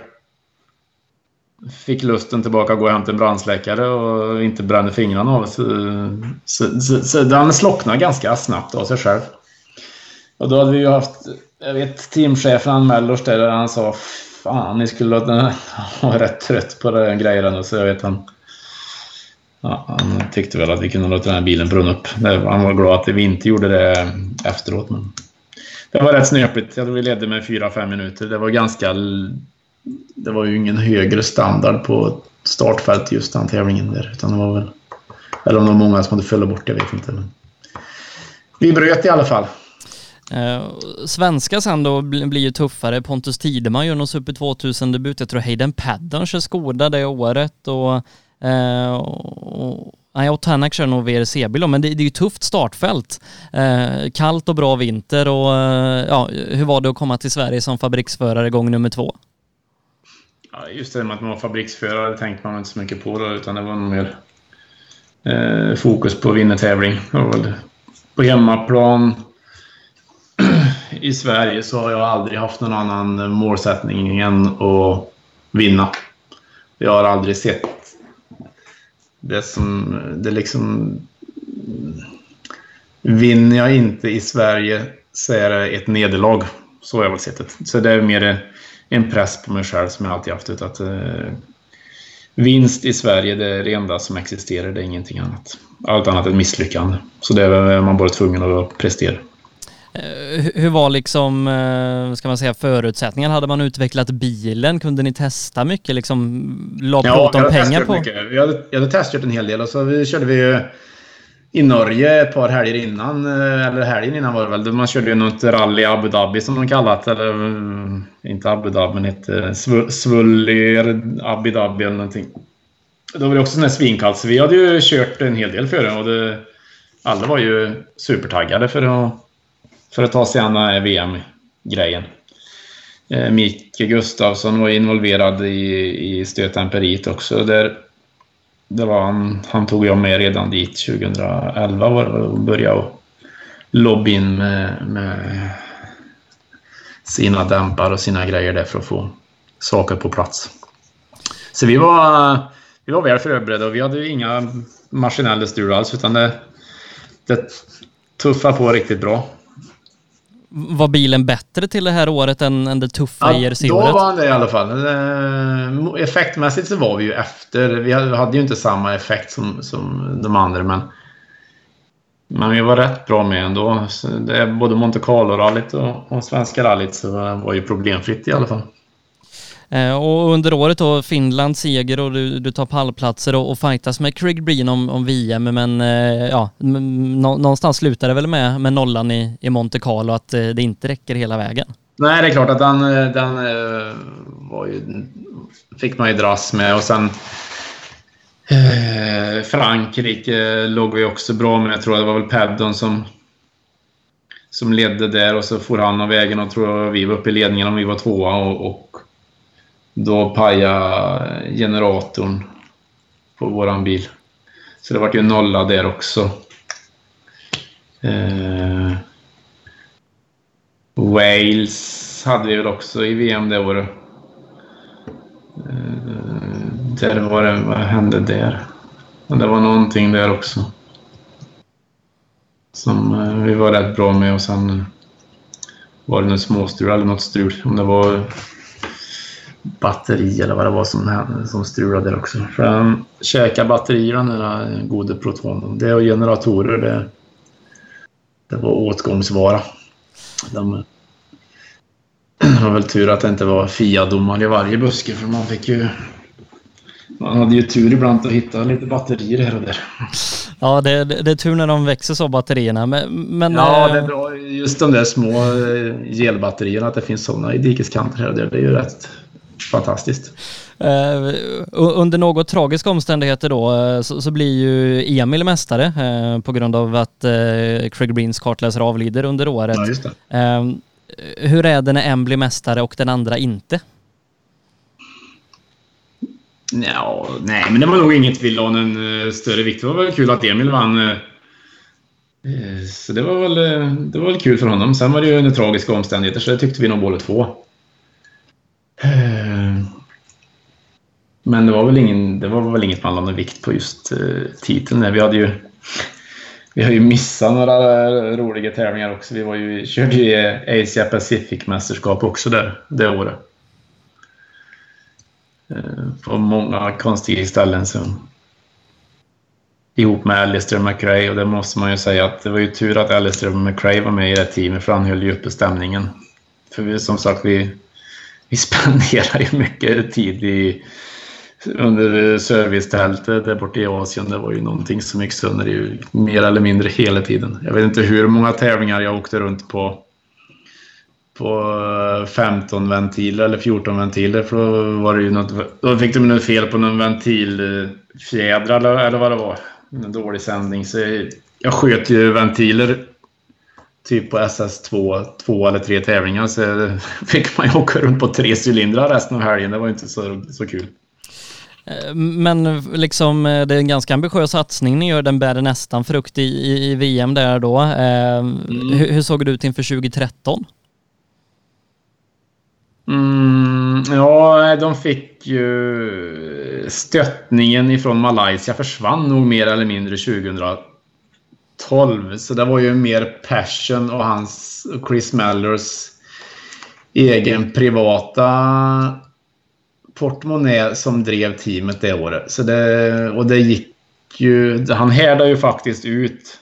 fick lusten tillbaka att gå och hämta en brandsläckare och inte brände fingrarna av. Så, så, så, så den slocknade ganska snabbt av sig själv. Och då hade vi ju haft, jag vet, teamchefen Mellors där, han sa fan, ni skulle ha rätt trött på den grejen, och så jag vet han Ja, han tyckte väl att vi kunde låta den här bilen brunna upp. Han var glad att vi inte gjorde det efteråt. Men det var rätt snöpligt. Jag tror vi ledde med fyra fem minuter. Det var ganska... Det var ju ingen högre standard på startfält just den tävlingen där. Utan det var väl... Eller om det var många som hade följt bort, jag vet inte. Men vi bröt i alla fall. Eh, svenska sen då blir, blir ju tuffare. Pontus Tideman gör någon Super tvåtusen-debut. Jag tror Hayden Paddon kör Skoda det året. Och, eh, och, nej, och Tanak kör nog V R C-bil. Men det, det är ju tufft startfält. Eh, kallt och bra vinter. Och, eh, ja, hur var det att komma till Sverige som fabriksförare gång nummer två? Ja, just det med att man var fabriksförare tänkte man inte så mycket på då, utan det var nog mer eh, fokus på vinnertävling. På hemmaplan i Sverige så har jag aldrig haft någon annan målsättning än att vinna. Jag har aldrig sett det som det liksom, vinner jag inte i Sverige så är det ett nederlag. Så har jag väl sett det. Så det är mer en press på mig själv som jag alltid haft ut att eh, vinst i Sverige, det är det enda som existerar, det är ingenting annat. Allt annat är ett misslyckande. Så det är man bara tvungen att prestera. Hur var liksom, ska man säga, förutsättningarna? Hade man utvecklat bilen? Kunde ni testa mycket? Liksom, la ja, om pengar på? Mycket. Jag hade, jag hade testat en hel del och så vi, körde vi i Norge ett par helger innan, eller helgen innan var det väl. Man körde ju något rally i Abu Dhabi som de kallat, eller inte Abu Dhabi men ett Svullir Abu Dhabi eller någonting. Då var det också sån här svinkallt, så vi hade ju kört en hel del för det och det, alla var ju supertaggade för att för att ta sig an V M-grejen. Eh, Micke Gustafsson var involverad i, i stötemperiet också. Där, där var han, han tog jag med redan dit tjugoelva var det, och började lobby in med, med sina dämpar och sina grejer där för att få saker på plats. Så vi var, vi var väl förberedda och vi hade inga maskinella strul alls, utan det, det tuffade på riktigt bra. Var bilen bättre till det här året än, än det tuffa I R C-året? Ja, då var det i alla fall. Effektmässigt så var vi ju efter. Vi hade ju inte samma effekt som, som de andra, men, men vi var rätt bra med ändå. Så det är både Monte Carlo-rallyt och, och svenska rallyt, så var ju problemfritt i alla fall. Och under året då, Finland seger och du, du tar pallplatser och, och fightas med Craig Breen om, om V M, men ja, någonstans slutar det väl med, med nollan i, i Monte Carlo, att det inte räcker hela vägen. Nej, det är klart att den, den var ju, fick man ju dras med, och sen eh, Frankrike låg vi också bra, men jag tror att det var väl Paddon som som ledde där, och så får han av vägen och tror vi var uppe i ledningen om vi var tvåa, och, och då pajade generatorn på våran bil. Så det var ju en nolla där också. Eh, Wales hade vi väl också i V M det året. Eh, där var det, vad hände där? Och det var någonting där också som eh, vi var rätt bra med, och sen var det något småstrul eller något strul. Om det var batteri eller vad det var som, som strulade där också. För han käkar batterier, den där gode protonen. Det och generatorer, det, det var åtgångsvara. De, det var väl tur att det inte var F I A-domar i varje buske, för man fick ju, man hade ju tur ibland att hitta lite batterier här och där. Ja, det, det, det är tur när de växer så, batterierna. Men, men, ja, det är bra. Just de där små gelbatterierna, att det finns sådana i dikeskanter här och där, det är ju rätt fantastiskt. Uh, under något tragiska omständigheter då uh, så, så blir ju Emil mästare uh, på grund av att uh, Craig Breens kartläsare avlider under året. Ja, just det. Uh, hur är det när en blir mästare och den andra inte? Ja, nej, men det var nog inget vi la en uh, större vikt. Det var väl kul att Emil vann. Uh, så det var väl uh, det var väl kul för honom. Sen var det ju under tragiska omständigheter, så det tyckte vi nog båda två. Uh, men det var väl ingen det var väl inget man la någon vikt på just uh, titeln. Vi hade ju vi har ju missat några roliga tävlingar också. Vi var ju körde ju Asia Pacific mästerskap också där det året. På många konstiga ställen. Så ihop med Alistair McRae, och det måste man ju säga att det var ju tur att Alistair McRae var med i det teamet, för han höll ju uppe stämningen. För vi, som sagt, vi, vi spenderar ju mycket tid i, under servicetältet där borta i Asien. Det var ju någonting som gick sönder ju mer eller mindre hela tiden. Jag vet inte hur många tävlingar jag åkte runt på på femton ventiler eller fjorton ventiler, för då var det ju något, då fick de något fel på någon ventilfjädra eller, eller vad det var, en dålig sändning, så jag, jag sköt ju ventiler typ på S S två två eller tre tävlingar, så fick man ju åka runt på tre cylindrar resten av helgen. Det var inte så, så kul. Men liksom, det är en ganska ambitiös satsning ni gör, den bär nästan frukt i, i, i V M där då. Mm. Hur, hur såg det ut inför tjugo tretton? Mm, ja, de fick ju stöttningen ifrån Malaysia försvann nog mer eller mindre tjugo tolv, så det var ju mer passion och hans och Chris Mellors egen privata portmonnä som drev teamet det året. Så det, och det gick ju, han härdade ju faktiskt ut.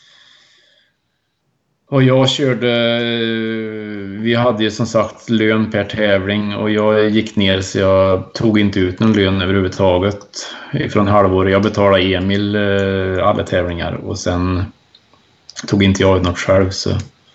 Och jag körde, vi hade ju som sagt lön per tävling, och jag gick ner så jag tog inte ut någon lön överhuvudtaget från halvår. Jag betalade Emil alla tävlingar, och sen tog inte jag ut något själv, så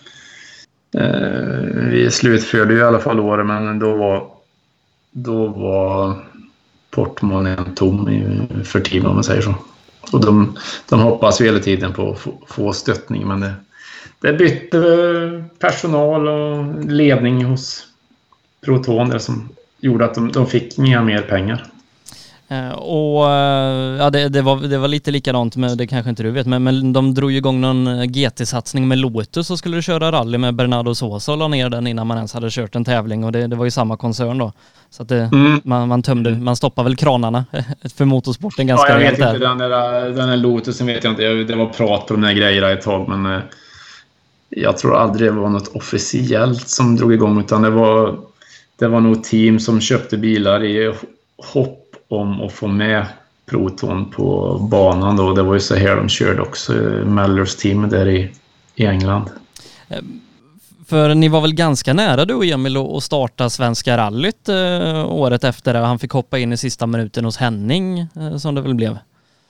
eh, vi slutförde ju i alla fall året, men då var då var portmonnän tom för team, om man säger så. Och de, de hoppas ju hela tiden på att få, få stöttning, men det Det bytte personal och ledning hos Proton där som gjorde att de, de fick inga mer pengar. Uh, och uh, ja, det, det, var, det var lite likadant, med, det kanske inte du vet, men, men de drog ju igång någon G T-satsning med Lotus och skulle köra rally med Bernardo Sosa och la ner den innan man ens hade kört en tävling, och det, det var ju samma koncern då. Så att det, mm. man, man tömde, man stoppade väl kranarna för motorsporten ganska ja, jag rejält vet inte, den där, den där Lotusen vet jag inte, det var prat på de här grejerna ett tag, men uh, jag tror aldrig det var något officiellt som drog igång, utan det var, det var nog team som köpte bilar i hopp om att få med Proton på banan då. Det var ju så här de körde också, Mellors team där i, i England. För ni var väl ganska nära du och Emil att starta Svenska rallyt eh, året efter, och han fick hoppa in i sista minuten hos Henning, eh, som det väl blev.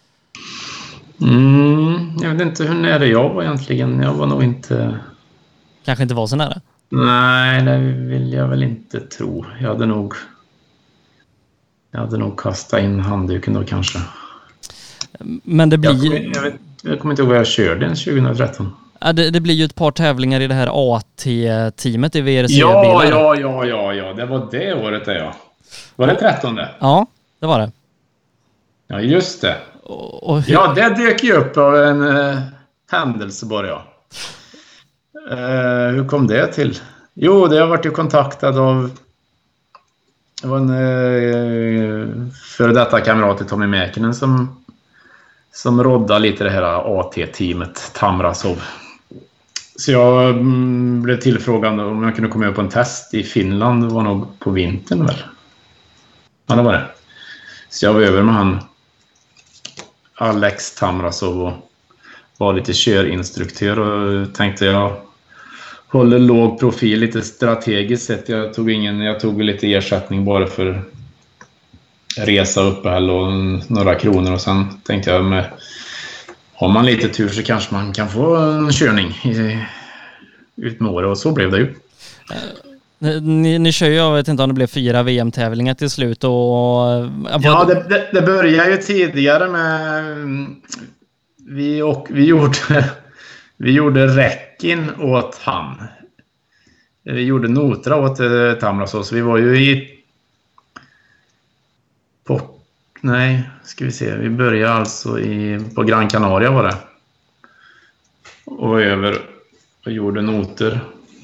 Mm, jag vet inte hur nära jag var egentligen. Jag var nog inte... Kanske inte var så nära? Nej, det vill jag väl inte tro. Jag hade nog... Jag hade nog kastat in handduken då kanske. Men det blir... Jag kommer, jag vet, jag kommer inte ihåg vad jag körde ens tjugo tretton. Ja, det, det blir ju ett par tävlingar i det här A T-teamet i V R C-bilar. Ja, ja, ja, ja, ja. Det var det året där, ja. Var det trettonde? Ja, det var det. Ja, just det. Och, och hur... Ja, det dök ju upp av en uh, händelse bara, ja. Uh, hur kom det till? Jo, det har varit ju kontaktad av... Det var en uh, före detta kamrat till Tommy Mäkinen som, som rådde lite det här A T-teamet, Tamrasov. Så jag mm, blev tillfrågad om jag kunde komma upp på en test i Finland. Det var nog på vintern väl? Ja, det var det. Så jag var över med han Alex Tamrasov och var lite körinstruktör, och tänkte jag håller låg profil lite strategiskt sett. Jag tog ingen, jag tog lite ersättning bara för resa uppehäll och några kronor, och sen tänkte jag med, har man lite tur så kanske man kan få en körning i, ut med året, och så blev det ju. Ni, ni kör ju, jag vet inte om det blev fyra V M-tävlingar till slut, och... Ja, det, det, det började ju tidigare med... Vi, och, vi gjorde... Vi gjorde räcken åt han. Vi gjorde notra åt eh, Tamrasov, så vi var ju i... Port, nej, ska vi se. Vi började alltså i, på Gran Canaria var det. Och var över och gjorde noter.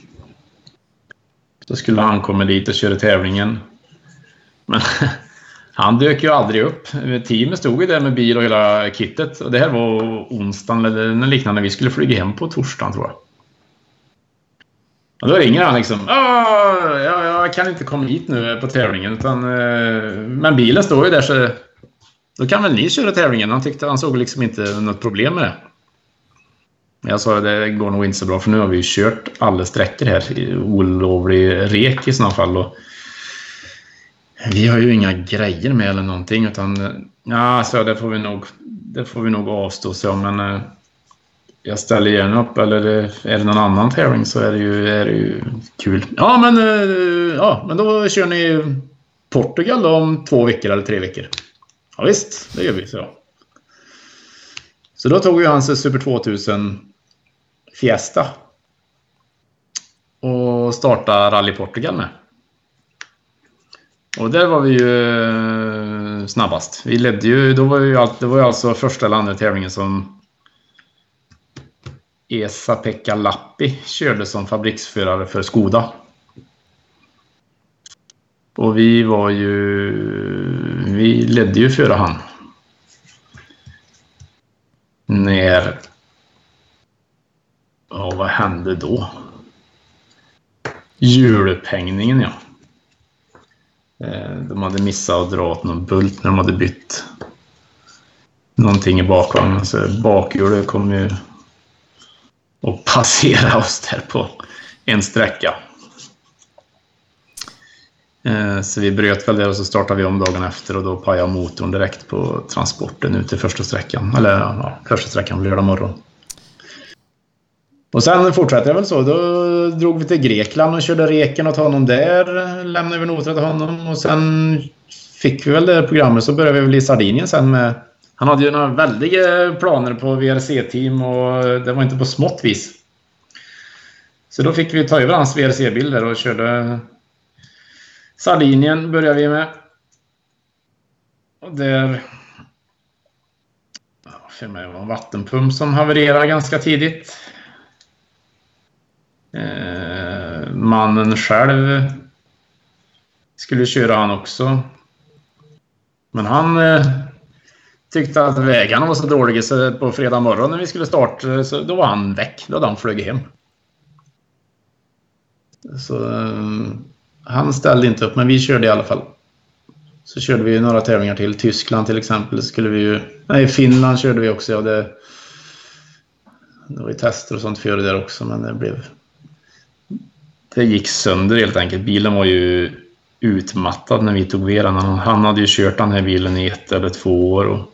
Då skulle han komma dit och köra tävlingen. Men han dök ju aldrig upp. Teamet stod ju där med bil och hela kittet. Och det här var onsdagen eller liknande. Vi skulle flyga hem på torsdagen, tror jag. Och då ringer han liksom. Ja, jag kan inte komma hit nu på tävlingen. Utan, men bilen står ju där, så då kan väl ni köra tävlingen. Han tyckte han såg liksom inte något problem med det. Jag sa att det går nog inte så bra, för nu har vi ju kört alla sträckor här. Olovlig rek i sådana fall. Och vi har ju inga grejer med eller någonting, utan ja, så det får vi nog det får vi nog avstå sig om. Men jag ställer gärna upp, eller är det någon annan tävling så är det ju, är det ju kul. Ja, men ja, men då kör ni Portugal då om två veckor eller tre veckor. Ja visst, det gör vi så. Så då tog vi hans Super tvåtusen Fiesta och startade Rally Portugal med. Och där var vi ju snabbast. Vi ledde ju, då var ju allt, det var ju alltså första eller andra tävlingen som Esa-Pekka Lappi körde som fabriksförare för Skoda. Och vi var ju vi ledde ju före han. När ja, vad hände då? Hjulupphängningen, ja. De hade missat att dra åt någon bult när de hade bytt någonting i bakvagnen. Så bakhjulet kom ju och passera oss där på en sträcka. Så vi bröt väl där och så startade vi om dagen efter, och då pajade motorn direkt på transporten ut till första sträckan. Eller ja, första sträckan lördag morgon. Och sen fortsatte jag väl så. Då drog vi till Grekland och körde reken åt honom där. Lämnade vi noter till honom. Och sen fick vi väl det programmet, så började vi väl i Sardinien sen med... Han hade ju några väldiga planer på V R C-team, och det var inte på smått vis. Så då fick vi ta över hans V R C-bilder och körde... Sardinien började vi med. Och där... För mig var en vattenpump som havererade ganska tidigt. Eh, mannen själv skulle köra han också. Men han eh, tyckte att vägarna var så dåliga, så på fredag morgon när vi skulle starta, så då var han väck. Då hade han flög hem. Så eh, han ställde inte upp, men vi körde i alla fall. Så körde vi några tävlingar till. Tyskland till exempel skulle vi ju... Nej, Finland körde vi också. Ja, det, det var ju tester och sånt för det där också, men det blev... Det gick sönder helt enkelt. Bilen var ju utmattad när vi tog veran. Han, han hade ju kört den här bilen i ett eller två år. Och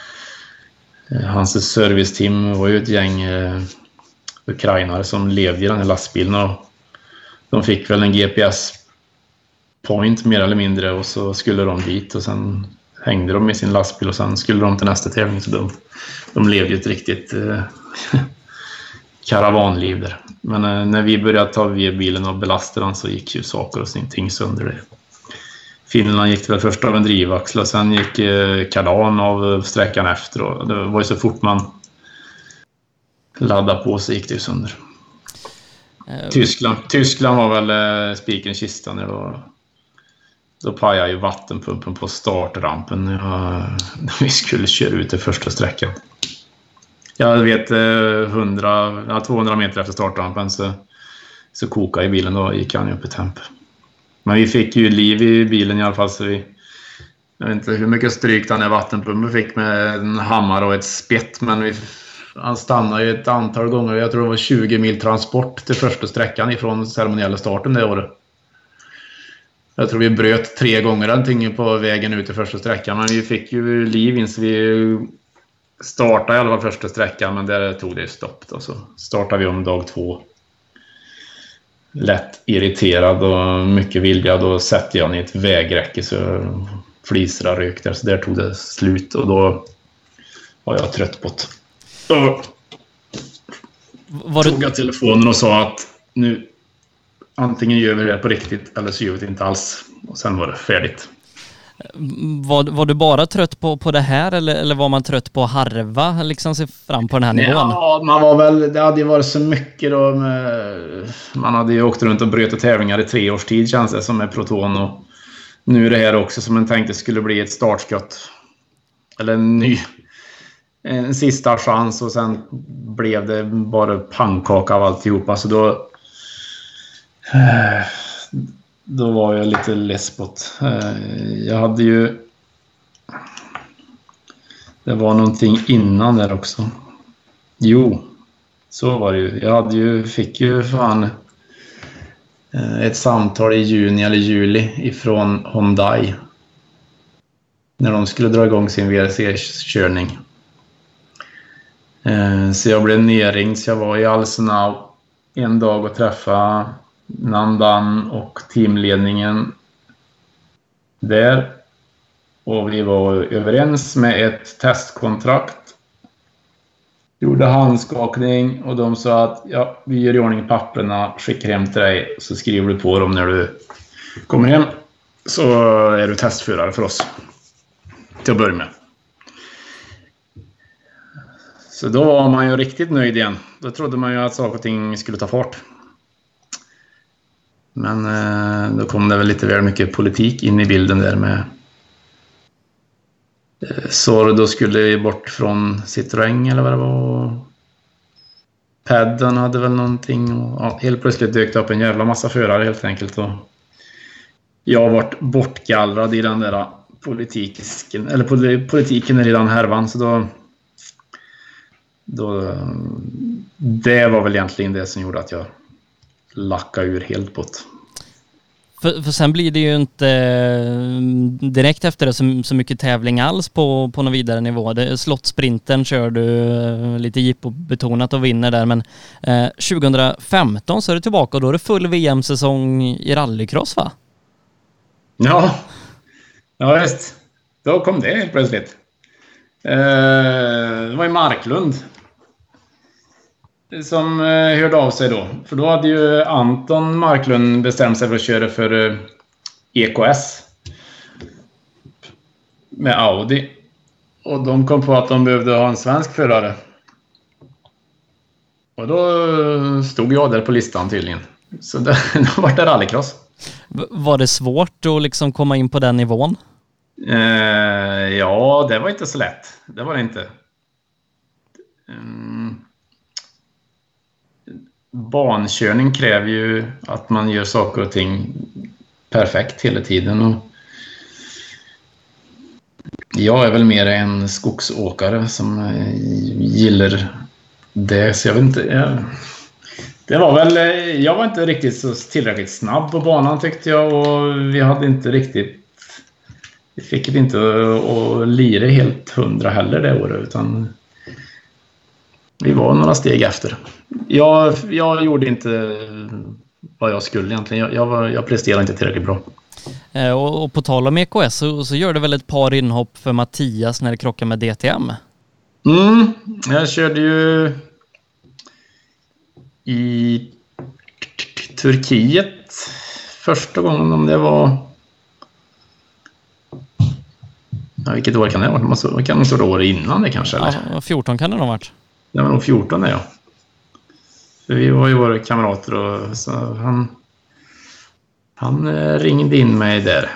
hans serviceteam var ju ett gäng eh, ukrainare som levde i den här lastbilen. Och de fick väl en G P S-point mer eller mindre, och så skulle de dit. Och sen hängde de i sin lastbil och sen skulle de till nästa tävling. Så de, de levde ju ett riktigt... Eh, karavanliv där. Men eh, när vi började ta via bilen och belasta den, så gick ju saker och ting sönder det. Finland gick väl först av en drivaxel, och sen gick eh, kardan av sträckan efter, och det var ju så fort man laddade på så gick det ju sönder. Uh, Tyskland, Tyskland var väl eh, spiken i kistan där, och då pajade ju vattenpumpen på startrampen när vi skulle köra ut till första sträckan. Jag vet hundra, ja, tvåhundra meter efter startrampen så, så kokade i bilen, och gick han upp i temp. Men vi fick ju liv i bilen i alla fall, så vi... Jag vet inte hur mycket stryk den här vattenpumpen fick med en hammare och ett spett, men vi, han stannade ju ett antal gånger. Jag tror det var tjugo mil transport till första sträckan ifrån ceremoniella starten det året. Jag tror vi bröt tre gånger någonting på vägen ut till första sträckan, men vi fick ju liv in, så vi... startade i alla fall första sträckan, men där tog det stopp då. Så startade vi om dag två. Lätt irriterad och mycket vilja. Då sätter jag ner ett vägräcke så flisra rök där. Så där tog det slut, och då var jag trött på det. Då var tog jag telefonen och sa att nu antingen gör vi det på riktigt eller så gör vi det inte alls. Och sen var det färdigt. Var, var du bara trött på, på det här, eller, eller var man trött på att harva liksom sig fram på den här nivån? Ja, man var väl, det hade ju varit så mycket då med, man hade ju åkt runt och bröt tävlingar i tre års tid, känns det som, med Proton, och nu är det här också som man tänkte skulle bli ett startskott eller en ny en sista chans, och sen blev det bara pannkaka av alltihopa, så då Då var jag lite less på det. Jag hade ju Det var någonting innan där också. Jo, så var det ju. Jag hade ju, fick ju fan ett samtal i juni eller juli ifrån Hyundai. När de skulle dra igång sin V R C-körning. Så jag blev nerringd, så jag var i Alsenau en dag och träffade Nandan och teamledningen där. Och vi var överens med ett testkontrakt. Gjorde handskakning och de sa att ja, vi gör i ordning papperna, skickar hem till dig, så skriver du på dem när du kommer hem, så är du testförare för oss till att börja med. Så då var man ju riktigt nöjd igen. Då trodde man ju att saker och ting skulle ta fart. Men eh, då kom det väl lite väl mycket politik in i bilden där med. Så då skulle vi bort från Citroën eller vad det var. Padden hade väl någonting. Och, ja, helt plötsligt dök det upp en jävla massa förare helt enkelt. Och jag varit bortgallrad i den där politiken, eller politiken redan härvan. Så då, då, det var väl egentligen det som gjorde att jag lackade ur helt på det. För, för sen blir det ju inte direkt efter det så, så mycket tävling alls på, på någon vidare nivå. Det, slottsprinten kör du lite jippo-betonat och vinner där. Men eh, tjugohundrafemton så är du tillbaka och då är det full V M-säsong i rallycross, va? Ja, ja just. Då kom det helt plötsligt. Eh, det var i Marklund som eh, hörde av sig då. För då hade ju Anton Marklund bestämt sig för att köra för eh, E K S med Audi. Och de kom på att de behövde ha en svensk förare. Och då stod jag där på listan tydligen. Så det, då var det rallycross. Var det svårt att liksom komma in på den nivån? Eh, ja, det var inte så lätt. Det var det inte. Mm. Bankörning kräver ju att man gör saker och ting perfekt hela tiden. Och jag är väl mer en skogsåkare som gillar det. Så jag vet inte... Jag, det var väl... Jag var inte riktigt så tillräckligt snabb på banan tyckte jag. Och vi hade inte riktigt... Vi fick inte att lira helt hundra heller det året. Utan vi var några steg efter. Jag, jag gjorde inte vad jag skulle egentligen. Jag, jag, var, jag presterade inte tillräckligt bra. Eh, och, och på tal om E K S så, så gör det väl ett par inhopp för Mattias när det krockar med D T M? Mm, jag körde ju i Turkiet första gången, om det var... Ja, vilket år kan det ha varit? Det kan nog vara år innan det kanske, eller? Ja, fjorton kan det nog ha varit. Det var nog fjorton, ja. För vi var ju våra kamrater och så han, han ringde in mig där.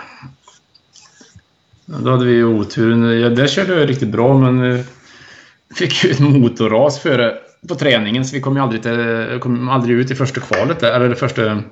Då hade vi ju otur. Ja, där körde jag riktigt bra, men fick ju ett motorras före på träningen, så vi kom ju aldrig, till, kom aldrig ut i första kvalet där, eller det första...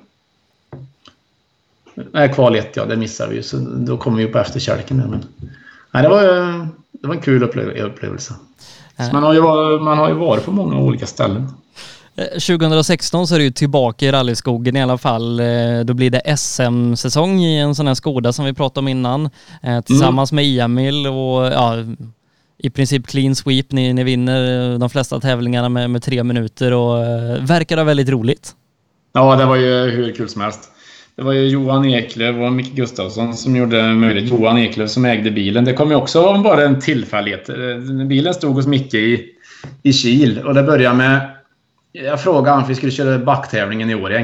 Nej, kval ett, ja, det missade vi ju. Så då kom vi ju på efterkälken där, men... Nej, det var, det var en kul upplevelse. Så man har ju varit, man har ju varit på många olika ställen. tjugohundrasexton så är det ju tillbaka i rallyskogen i alla fall. Då blir det S M-säsong i en sån här Skoda som vi pratade om innan. Tillsammans mm. med Emil och ja, i princip clean sweep. Ni, ni vinner de flesta tävlingarna med, med tre minuter och verkar det väldigt roligt. Ja, det var ju hur kul som helst. Det var ju Johan Eklöf och Micke Gustafsson som gjorde möjligt. Johan Eklöf som ägde bilen. Det kom ju också bara en tillfällighet. Bilen stod hos Micke i, i Kil. Och det började med... Jag frågade han för vi skulle köra backtävlingen i Årjäng.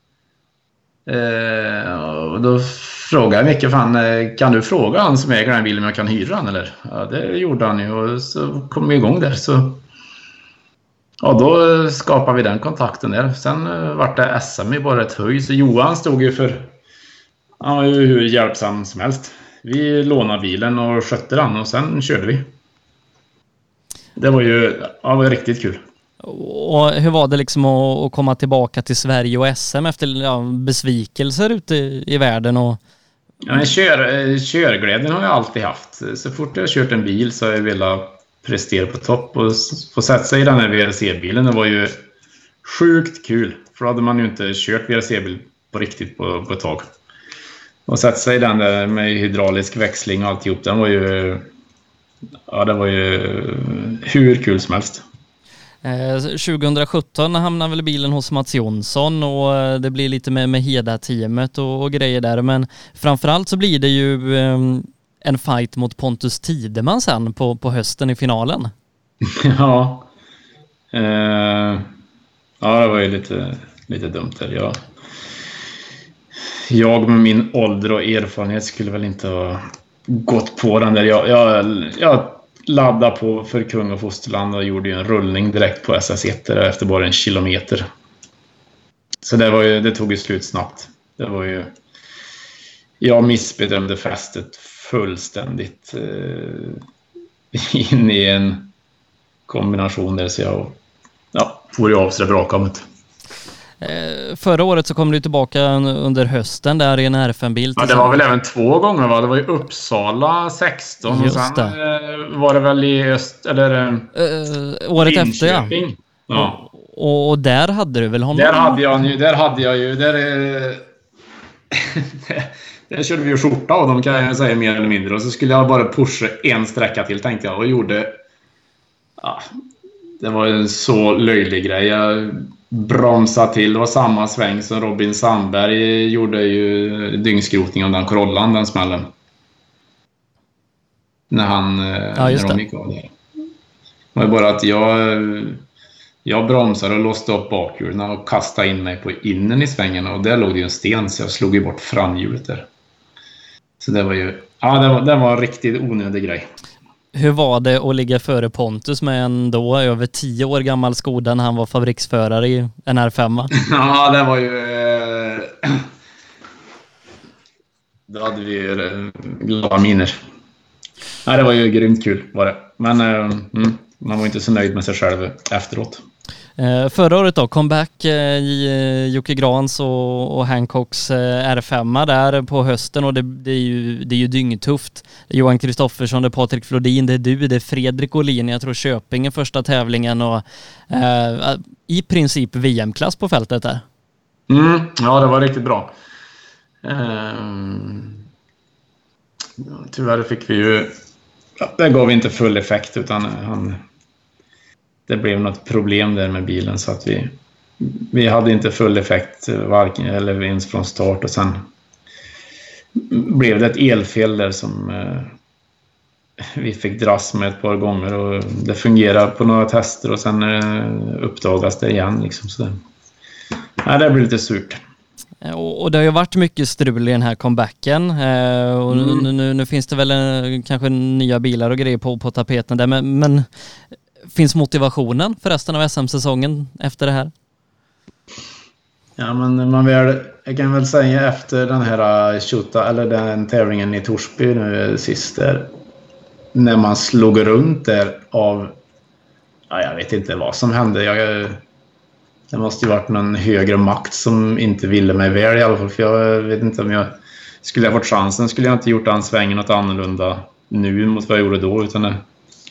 Eh, och då frågade jag Micke, fan, kan du fråga han som äger den här bilen om jag kan hyra han, eller? Ja, det gjorde han ju. Och så kom vi igång där. Så... Ja, då skapade vi den kontakten där. Sen uh, var det S M i bara ett höj. Så Johan stod ju för ja, hur hjälpsam som helst. Vi lånade bilen och skötte den och sen körde vi. Det var ju ja, det var riktigt kul. Och hur var det liksom att, att komma tillbaka till Sverige och S M efter ja, besvikelser ute i, i världen? Och... Ja, kör, körglädjen har jag alltid haft. Så fort jag har kört en bil så har jag velat prestera på topp och få sätta sig i den här V R C-bilen. Det var ju sjukt kul. För då hade man ju inte kört V R C-bil på riktigt på, på ett tag. Och sätta sig i den där med hydraulisk växling och alltihop. Den var ju... Ja, det var ju hur kul som helst. Eh, tjugohundrasjutton hamnar väl bilen hos Mats Jonsson och det blir lite med, med Heda-teamet och, och grejer där. Men framförallt så blir det ju eh, en fight mot Pontus Tideman sen på, på hösten i finalen. Ja. Eh, ja, det var ju lite, lite dumt där. Jag, jag med min ålder och erfarenhet skulle väl inte ha gått på den där. Jag, jag, jag laddade på för kung och fosterland och gjorde ju en rullning direkt på S S ett efter bara en kilometer. Så det, var ju, det tog ju slut snabbt. Det var ju... Jag missbedömde fästet fullständigt eh, in i en kombination där, så jag ja, får ju av sig det bra kommit. Eh, förra året så kom du tillbaka under hösten där i en R fem-bil. Ja, det var väl även två gånger, va? Det var i Uppsala sexton och sen eh, var det väl i öst eller eh, året efter, ja. Ja. Och, och där hade du väl honom? Där hade jag ju, där hade jag ju där eh, där körde vi ju skjorta och de kan jag säga mer eller mindre, och så skulle jag bara pusha en sträcka till, tänkte jag, och gjorde ja, det var en så löjlig grej. Jag bromsade till, det var samma sväng som Robin Sandberg gjorde ju dyngskrotning av den Corollan, den smällen. När han ja, just när de det. gick av där. Det var bara att jag jag bromsade och låste upp bakhjulen och kastade in mig på innen i svängen, och där låg det ju en sten, så jag slog ju bort framhjulet där. Så det var ju ja, det var, det var en riktigt onödig grej. Hur var det att ligga före Pontus med en då över tio år gammal Skoda när han var fabriksförare i en R fem? Ja, det var ju... Då hade vi ju glada miner. Ja, det var ju grymt kul, var det. Men mm, man var inte så nöjd med sig själv efteråt. Eh, förra året då, comeback eh, i eh, Jocke Grans och, och Hancocks eh, R fem där på hösten, och det, det, är ju, det är ju dyngtufft. Det är Johan Kristoffersson, det är Patrik Flodin, det är du, det är Fredrik Olin, jag tror Köping är första tävlingen, och eh, i princip V M-klass på fältet där. Mm, ja, det var riktigt bra. Um, tyvärr fick vi ju... Det gav inte full effekt, utan han... Det blev något problem där med bilen, så att vi vi hade inte full effekt varken eller ens från start, och sen blev det ett elfel där som eh, vi fick dras med ett par gånger, och det fungerade på några tester och sen eh, uppdagas det igen liksom, så det, nej, det blev lite surt. Och det har ju varit mycket strul i den här comebacken, och mm. nu, nu, nu finns det väl en, kanske nya bilar och grejer på, på tapeten där, men, men finns motivationen för resten av S M-säsongen efter det här? Ja, men man väl, jag kan väl säga efter den här Chuta, eller den tävlingen i Torsby nu sist där, när man slog runt där av, ja, jag vet inte vad som hände. Jag, det måste ju varit någon högre makt som inte ville mig väl i alla fall, för jag vet inte om jag skulle ha fått chansen, skulle jag inte gjort den svängen något annorlunda nu mot vad jag gjorde då, utan det,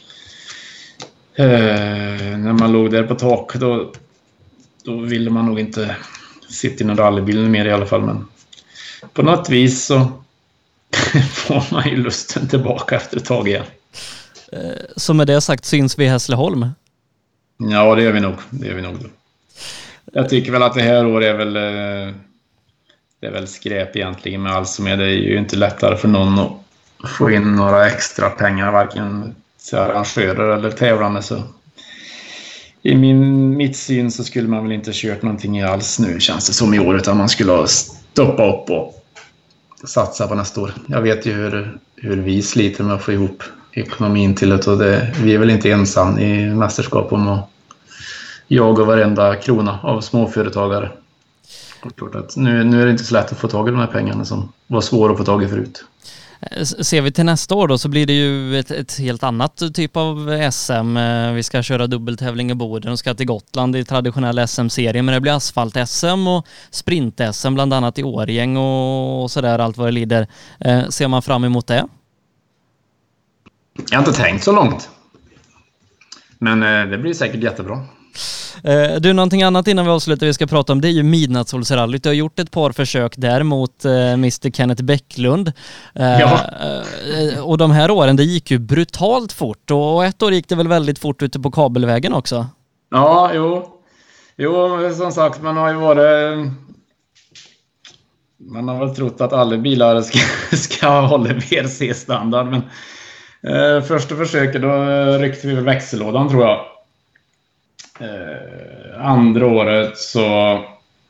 Eh, när man låg där på taket då, då ville man nog inte sitta i någon rallybil mer i alla fall, men på något vis så får man ju lusten tillbaka efter ett tag igen. Eh, så med det sagt syns vi i Hässleholm? Ja, det gör vi nog, det gör vi nog. Jag tycker väl att det här året är väl eh, det är väl skräp egentligen med allt som är. Det är ju inte lättare för någon att få in några extra pengar, varken arrangörer eller tävlande, så i min mitt syn så skulle man väl inte kört någonting alls nu, känns det som i år, utan man skulle ha stoppa upp och satsa på nästa år. Jag vet ju hur, hur vi sliter med att få ihop ekonomin till det, och det, vi är väl inte ensam i mästerskap om att jaga varenda krona av småföretagare. Att nu, nu är det inte så lätt att få tag i de här pengarna som var svåra att få tag i förut. Ser vi till nästa år då, så blir det ju ett, ett helt annat typ av S M. Vi ska köra dubbeltävling i Boden och ska till Gotland i traditionell S M-serie, men det blir asfalt-S M och sprint-S M bland annat i Årgäng och sådär, allt vad det lider. Ser man fram emot det? Jag har inte tänkt så långt. Men eh, det blir säkert jättebra. Eh, du, någonting annat innan vi avslutar vi ska prata om, det är ju Midnattssolsrallyt. Du har gjort ett par försök där mot eh, mister Kenneth Bäcklund. Eh, ja. eh, och de här åren, det gick ju brutalt fort. Och ett år gick det väl väldigt fort ute på kabelvägen också? Ja, jo. Jo, som sagt, man har ju varit... Man har väl trott att alla bilar ska, ska hålla V R C-standard, men eh, första försöket då ryckte vi växellådan, tror jag. Eh, andra året så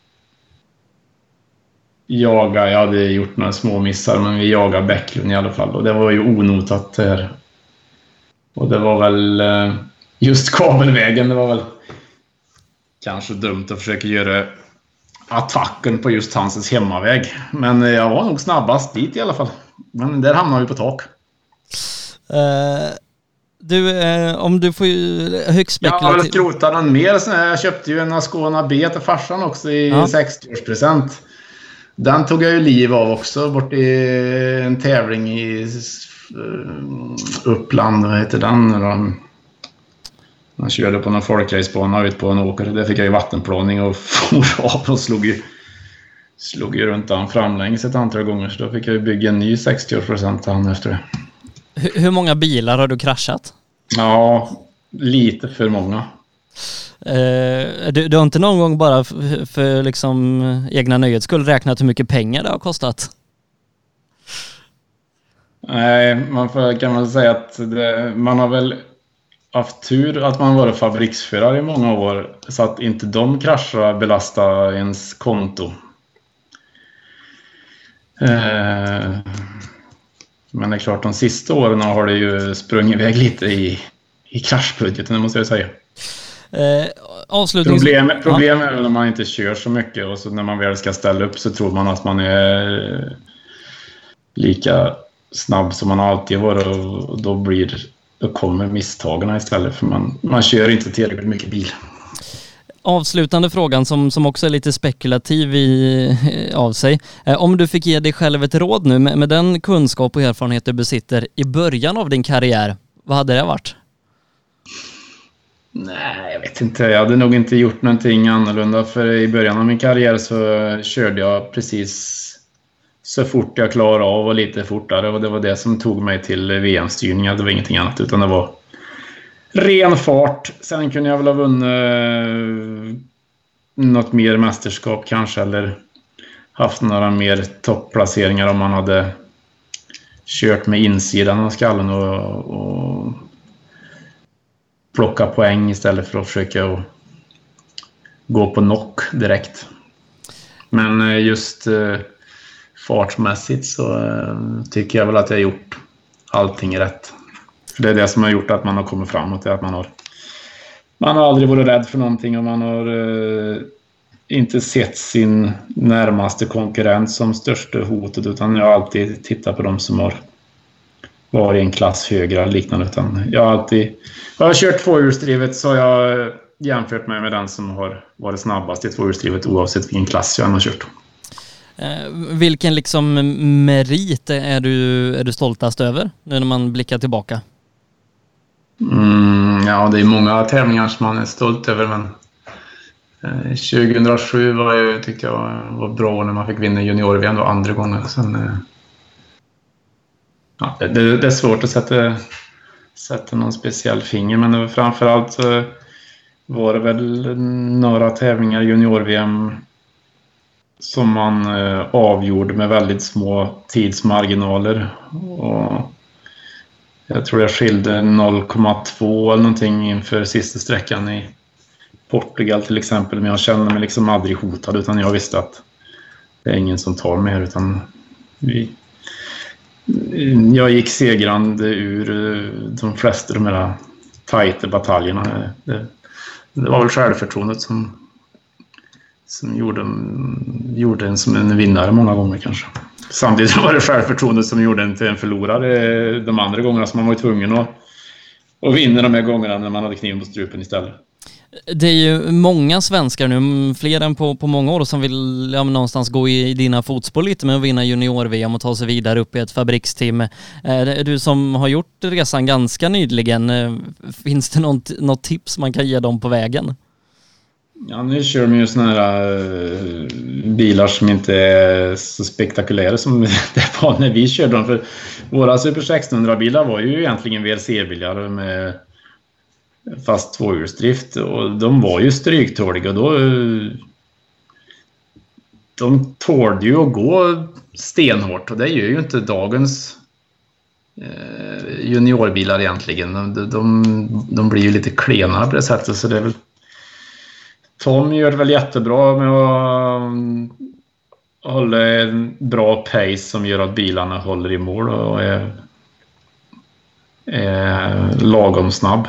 jagade, jag hade gjort några små missar, men vi jagade Bäcklund i alla fall, och det var ju onotat där. Och det var väl eh, just kabelvägen, det var väl kanske dumt att försöka göra attacken på just hans hemmaväg. Men jag var nog snabbast dit i alla fall. Men där hamnade vi på tak. Uh, du, uh, om du får ju högst spekulativ... Jag har väl skrotat den mer. Så jag köpte ju en Ascona B till farsan också i ja. sextioårspresent. Den tog jag ju liv av också bort i en tävling i uh, Uppland. Vad heter den? Man körde på någon folkracebana ut på en åker. Där fick jag ju vattenplåning och for av och slog ju, slog ju runt han framlänges ett antal gånger. Så då fick jag ju bygga en ny sextioårspresent han efter det. Hur, hur många bilar har du kraschat? Ja, lite för många. Eh, du, du har inte någon gång bara för, för liksom egna nöjet skulle räknat hur mycket pengar det har kostat? Nej, man får, kan man säga att det, man har väl haft tur att man varit fabriksförare i många år så att inte de kraschar belastar ens konto. Eh, men det är klart, de sista åren har det ju sprungit iväg lite i, i kraschbudgeten, det måste jag säga. Eh, avslutnings... Problem, problem är när man inte kör så mycket och så när man väl ska ställa upp så tror man att man är lika snabb som man alltid varit, och då blir då kommer misstagarna istället, för man, man kör inte tillräckligt mycket bil. Avslutande frågan som, som också är lite spekulativ i, av sig. Eh, om du fick ge dig själv ett råd nu med, med den kunskap och erfarenhet du besitter i början av din karriär, vad hade det varit? Nej, jag vet inte. Jag hade nog inte gjort någonting annorlunda, för i början av min karriär så körde jag precis så fort jag klarade av och lite fortare, och det var det som tog mig till V M-styrningar. Det var ingenting annat, utan det var ren fart. Sen kunde jag väl ha vunnit något mer mästerskap kanske, eller haft några mer topplaceringar om man hade kört med insidan av skallen och, och plocka poäng istället för att försöka och gå på knock direkt. Men just fartmässigt så tycker jag väl att jag har gjort allting rätt. För det är det som har gjort att man har kommit framåt, att man har man har aldrig varit rädd för någonting, och man har eh, inte sett sin närmaste konkurrent som största hotet, utan jag har alltid tittat på dem som har varit en klass högre eller liknande. Utan jag har alltid, jag har kört tvåhjulsdrivet, så jag har jämfört mig med den som har varit snabbast i tvåhjulsdrivet oavsett vilken klass jag har kört. Eh, vilken liksom merit är du, är du stoltast över nu när man blickar tillbaka? Mm, ja, det är många tävlingar som man är stolt över, men eh, tjugohundrasju var jag, tyckte jag var bra när man fick vinna junior-V M då andra gången. Sen, eh, ja, det, det är svårt att sätta, sätta någon speciell finger, men det var framförallt så var det väl några tävlingar junior-V M som man eh, avgjorde med väldigt små tidsmarginaler, och jag tror jag skilde noll komma två eller någonting inför sista sträckan i Portugal till exempel, men jag kände mig liksom aldrig hotad, utan jag visste att det är ingen som tar mig här, utan vi, jag gick segrande ur de flesta av de här tajta bataljerna. Det, det var väl självförtroendet som som gjorde, gjorde en som en vinnare många gånger kanske. Samtidigt var det självförtroendet som gjorde en till en förlorare de andra gångerna, som man var tvungen att, att vinna de här gångerna när man hade kniven på strupen istället. Det är ju många svenskar nu, fler än på, på många år, som vill ja, någonstans gå i, i dina fotspår lite med att vinna junior-V M och ta sig vidare upp i ett fabriksteam. Eh, du som har gjort resan ganska nyligen, eh, finns det något, något tips man kan ge dem på vägen? Ja, nu kör de ju såna här uh, bilar som inte är så spektakulära som det var när vi körde dem. För våra Super sextonhundra-bilar var ju egentligen V R C-bilar med fast tvåhjulsdrift. Och de var ju stryktåliga. Då, uh, de tålde ju att gå stenhårt. Och det gör ju inte dagens uh, juniorbilar egentligen. De, de, de blir ju lite klenare på det sättet, så det är väl Tom gör det väl jättebra med att hålla en bra pace som gör att bilarna håller i mål och är, är lagom snabb.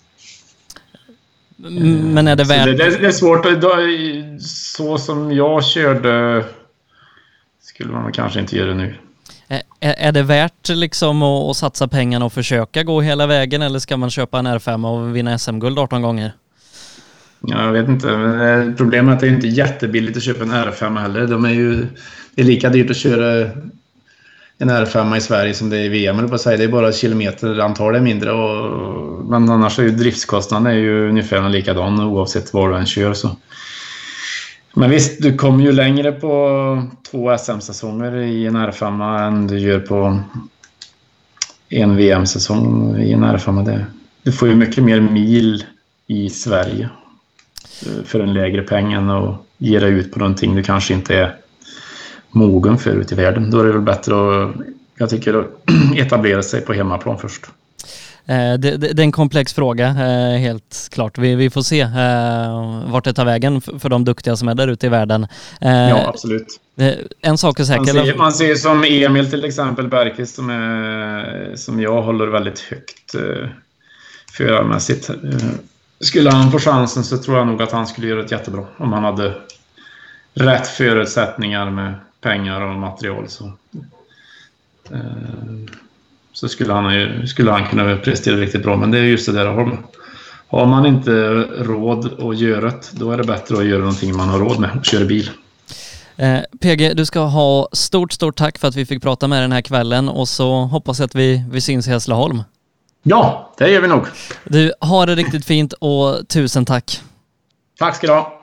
Men är det värt... Så det, det är svårt. Så som jag körde skulle man kanske inte göra nu. Är, är det värt liksom att, att satsa pengarna och försöka gå hela vägen, eller ska man köpa en R fem och vinna S M-guld arton gånger? Ja, jag vet inte. Problemet är att det är inte jättebilligt att köpa en R fem heller. De är ju, det är lika dyrt att köra en R fem i Sverige som det är i V M. Eller på att säga. Det är bara kilometer, antalet är mindre. Och, men annars är ju driftskostnaden är ju ungefär likadan oavsett var du än kör. Så. Men visst, du kommer ju längre på två S M-säsonger i en R fem än du gör på en V M-säsong i en R fem. Det. Du får ju mycket mer mil i Sverige för en lägre peng än att ge dig ut på någonting du kanske inte är mogen för ut i världen. Då är det väl bättre att, jag tycker, att etablera sig på hemmaplan först. Eh, det, det, det är en komplex fråga, eh, helt klart. Vi, vi får se eh, vart det tar vägen för, för de duktiga som är där ute i världen. Eh, ja, absolut. Eh, en sak är säker. Man ser, man ser som Emil till exempel Bergqvist som, är, som jag håller väldigt högt eh, förarmässigt. Eh, Skulle han få chansen så tror jag nog att han skulle göra det jättebra om han hade rätt förutsättningar med pengar och material. Så, eh, så skulle, han, skulle han kunna prestera riktigt bra. Men det är just det där. Har, har man inte råd att göra det, då är det bättre att göra någonting man har råd med och köra bil. Eh, P G, du ska ha stort, stort tack för att vi fick prata med den här kvällen, och så hoppas jag att vi, vi syns i Hässleholm. Ja, det gör vi nog. Du, har det riktigt fint och tusen tack. Tack ska du ha.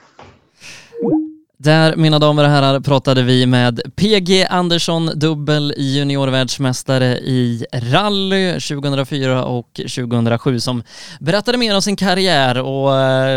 Där, mina damer och herrar, pratade vi med P G Andersson, dubbel juniorvärldsmästare i rally tjugohundrafyra och tjugohundrasju, som berättade mer om sin karriär och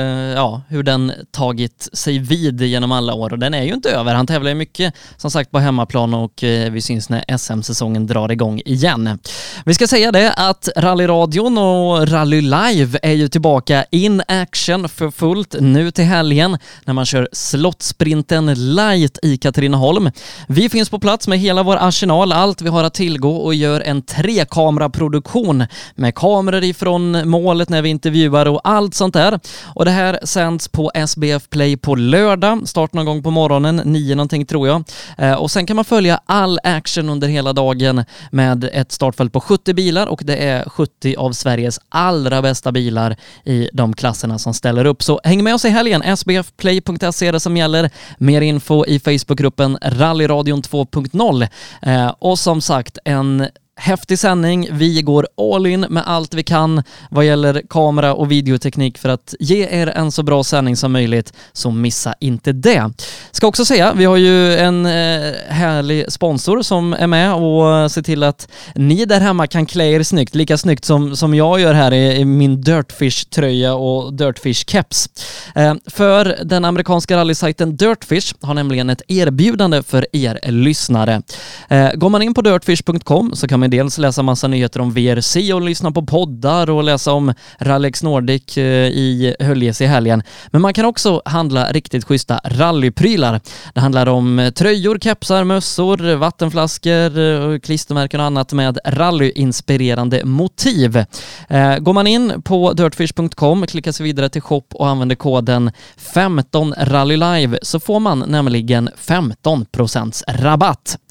ja, hur den tagit sig vid genom alla år. Och den är ju inte över. Han tävlar ju mycket, som sagt, på hemmaplan, och vi syns när S M-säsongen drar igång igen. Vi ska säga det att Rallyradion och Rally Live är ju tillbaka in action för fullt nu till helgen när man kör slottsprinten Light i Katrineholm. Vi finns på plats med hela vår arsenal, allt vi har att tillgå, och gör en trekameraproduktion med kameror ifrån målet när vi intervjuar och allt sånt där. Och det här sänds på S B F Play på lördag, start någon gång på morgonen, nio någonting tror jag. Eh, och sen kan man följa all action under hela dagen med ett startfält på sjuttio bilar, och det är sjuttio av Sveriges allra bästa bilar i de klasserna som ställer upp. Så häng med oss i helgen, s b f play punkt se är det som gäller. Mer info i Facebookgruppen Rallyradion två punkt noll. Eh, och som sagt, en häftig sändning. Vi går all in med allt vi kan vad gäller kamera och videoteknik för att ge er en så bra sändning som möjligt, så missa inte det. Ska också säga, vi har ju en eh, härlig sponsor som är med och ser till att ni där hemma kan klä er snyggt, lika snyggt som, som jag gör här i, i min Dirtfish-tröja och Dirtfish-keps. Eh, för den amerikanska rallysajten Dirtfish har nämligen ett erbjudande för er lyssnare. Eh, går man in på dirtfish punkt com så kan man dels läsa massa nyheter om V R C och lyssna på poddar och läsa om Rallex Nordic i Höljes i helgen. Men man kan också handla riktigt schyssta rallyprylar. Det handlar om tröjor, kepsar, mössor, vattenflaskor, klistermärken och annat med rallyinspirerande motiv. Går man in på dirtfish punkt com, klickar sig vidare till shop och använder koden femton rally live så får man nämligen femton procent rabatt.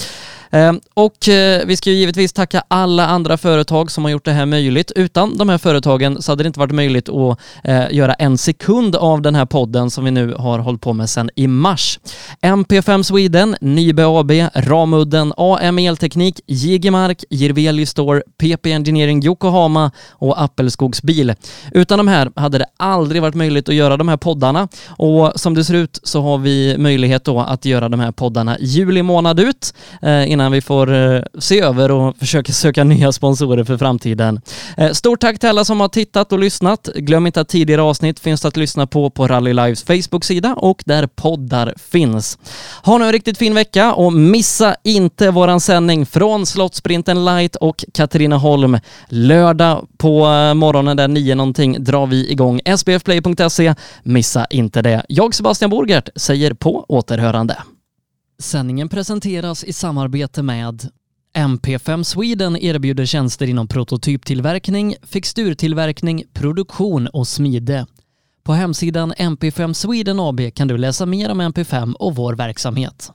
Och vi ska ju givetvis tacka alla andra företag som har gjort det här möjligt. Utan de här företagen så hade det inte varit möjligt att göra en sekund av den här podden som vi nu har hållit på med sedan i mars. M P fem Sweden, Nybe A B, Ramudden, A M Elteknik, Jigemark, Jirvelius Store, P P Engineering Yokohama och Appelskogs bil. Utan de här hade det aldrig varit möjligt att göra de här poddarna. Och som det ser ut så har vi möjlighet då att göra de här poddarna juli månad ut eh, innan vi får eh, se över och försöka söka nya sponsorer för framtiden. Eh, stort tack till alla som har tittat och lyssnat. Glöm inte att tidigare avsnitt finns att lyssna på på Rally Lives Facebook-sida och där poddar finns. Ha nu en riktigt fin vecka och missa inte våran sändning från Slottsprinten Light och Katrineholm. Lördag på morgonen där nio någonting drar vi igång s b f play punkt se. Missa inte det. Jag, Sebastian Borgert, säger på återhörande. Sändningen presenteras i samarbete med M P fem Sweden erbjuder tjänster inom prototyptillverkning, fixturtillverkning, produktion och smide. På hemsidan M P fem Sweden A B kan du läsa mer om M P fem och vår verksamhet.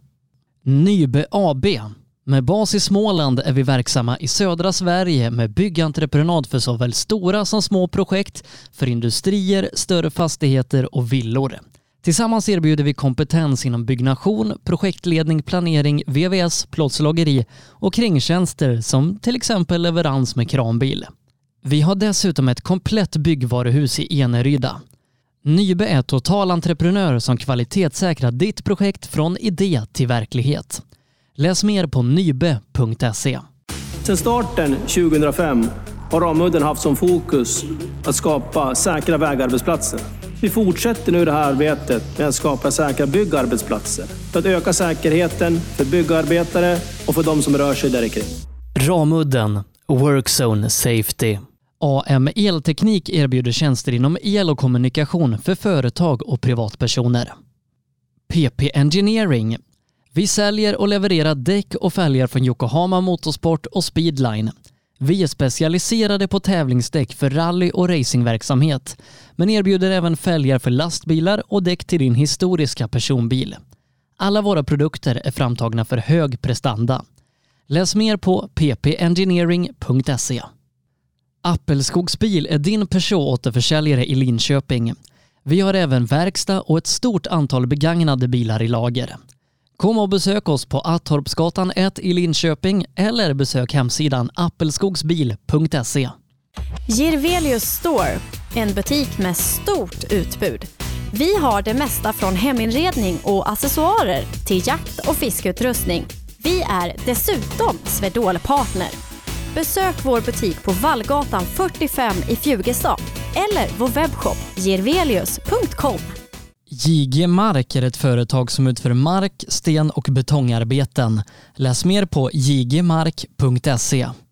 Nybe A B. Med bas i Småland är vi verksamma i södra Sverige med byggentreprenad för såväl stora som små projekt, för industrier, större fastigheter och villor. Tillsammans erbjuder vi kompetens inom byggnation, projektledning, planering, V V S, plåtslageri och kringtjänster som till exempel leverans med kranbil. Vi har dessutom ett komplett byggvaruhus i Eneryda. Nybe är totalentreprenör som kvalitetssäkrar ditt projekt från idé till verklighet. Läs mer på nybe punkt se. Sedan starten tjugohundrafem har Ramudden haft som fokus att skapa säkra vägarbetsplatser. Vi fortsätter nu det här arbetet med att skapa säkra byggarbetsplatser för att öka säkerheten för byggarbetare och för de som rör sig där kring. Ramudden Workzone Safety. A M Elteknik erbjuder tjänster inom el och kommunikation för företag och privatpersoner. P P Engineering. Vi säljer och levererar däck och fälgar från Yokohama Motorsport och Speedline. Vi är specialiserade på tävlingsdäck för rally- och racingverksamhet, men erbjuder även fälgar för lastbilar och däck till din historiska personbil. Alla våra produkter är framtagna för hög prestanda. Läs mer på p p engineering punkt se. Appelskogs bil är din Peugeot-återförsäljare i Linköping. Vi har även verkstad och ett stort antal begagnade bilar i lager. Kom och besök oss på Attorpsgatan ett i Linköping eller besök hemsidan appelskogsbil punkt se. Jirvelius Store, en butik med stort utbud. Vi har det mesta från heminredning och accessoarer till jakt- och fiskeutrustning. Vi är dessutom Swedol-partner. Besök vår butik på Vallgatan fyrtiofem i Fjugestad eller vår webbshop jirvelius punkt com. Jigemark är ett företag som utför mark-, sten- och betongarbeten. Läs mer på jigemark punkt se.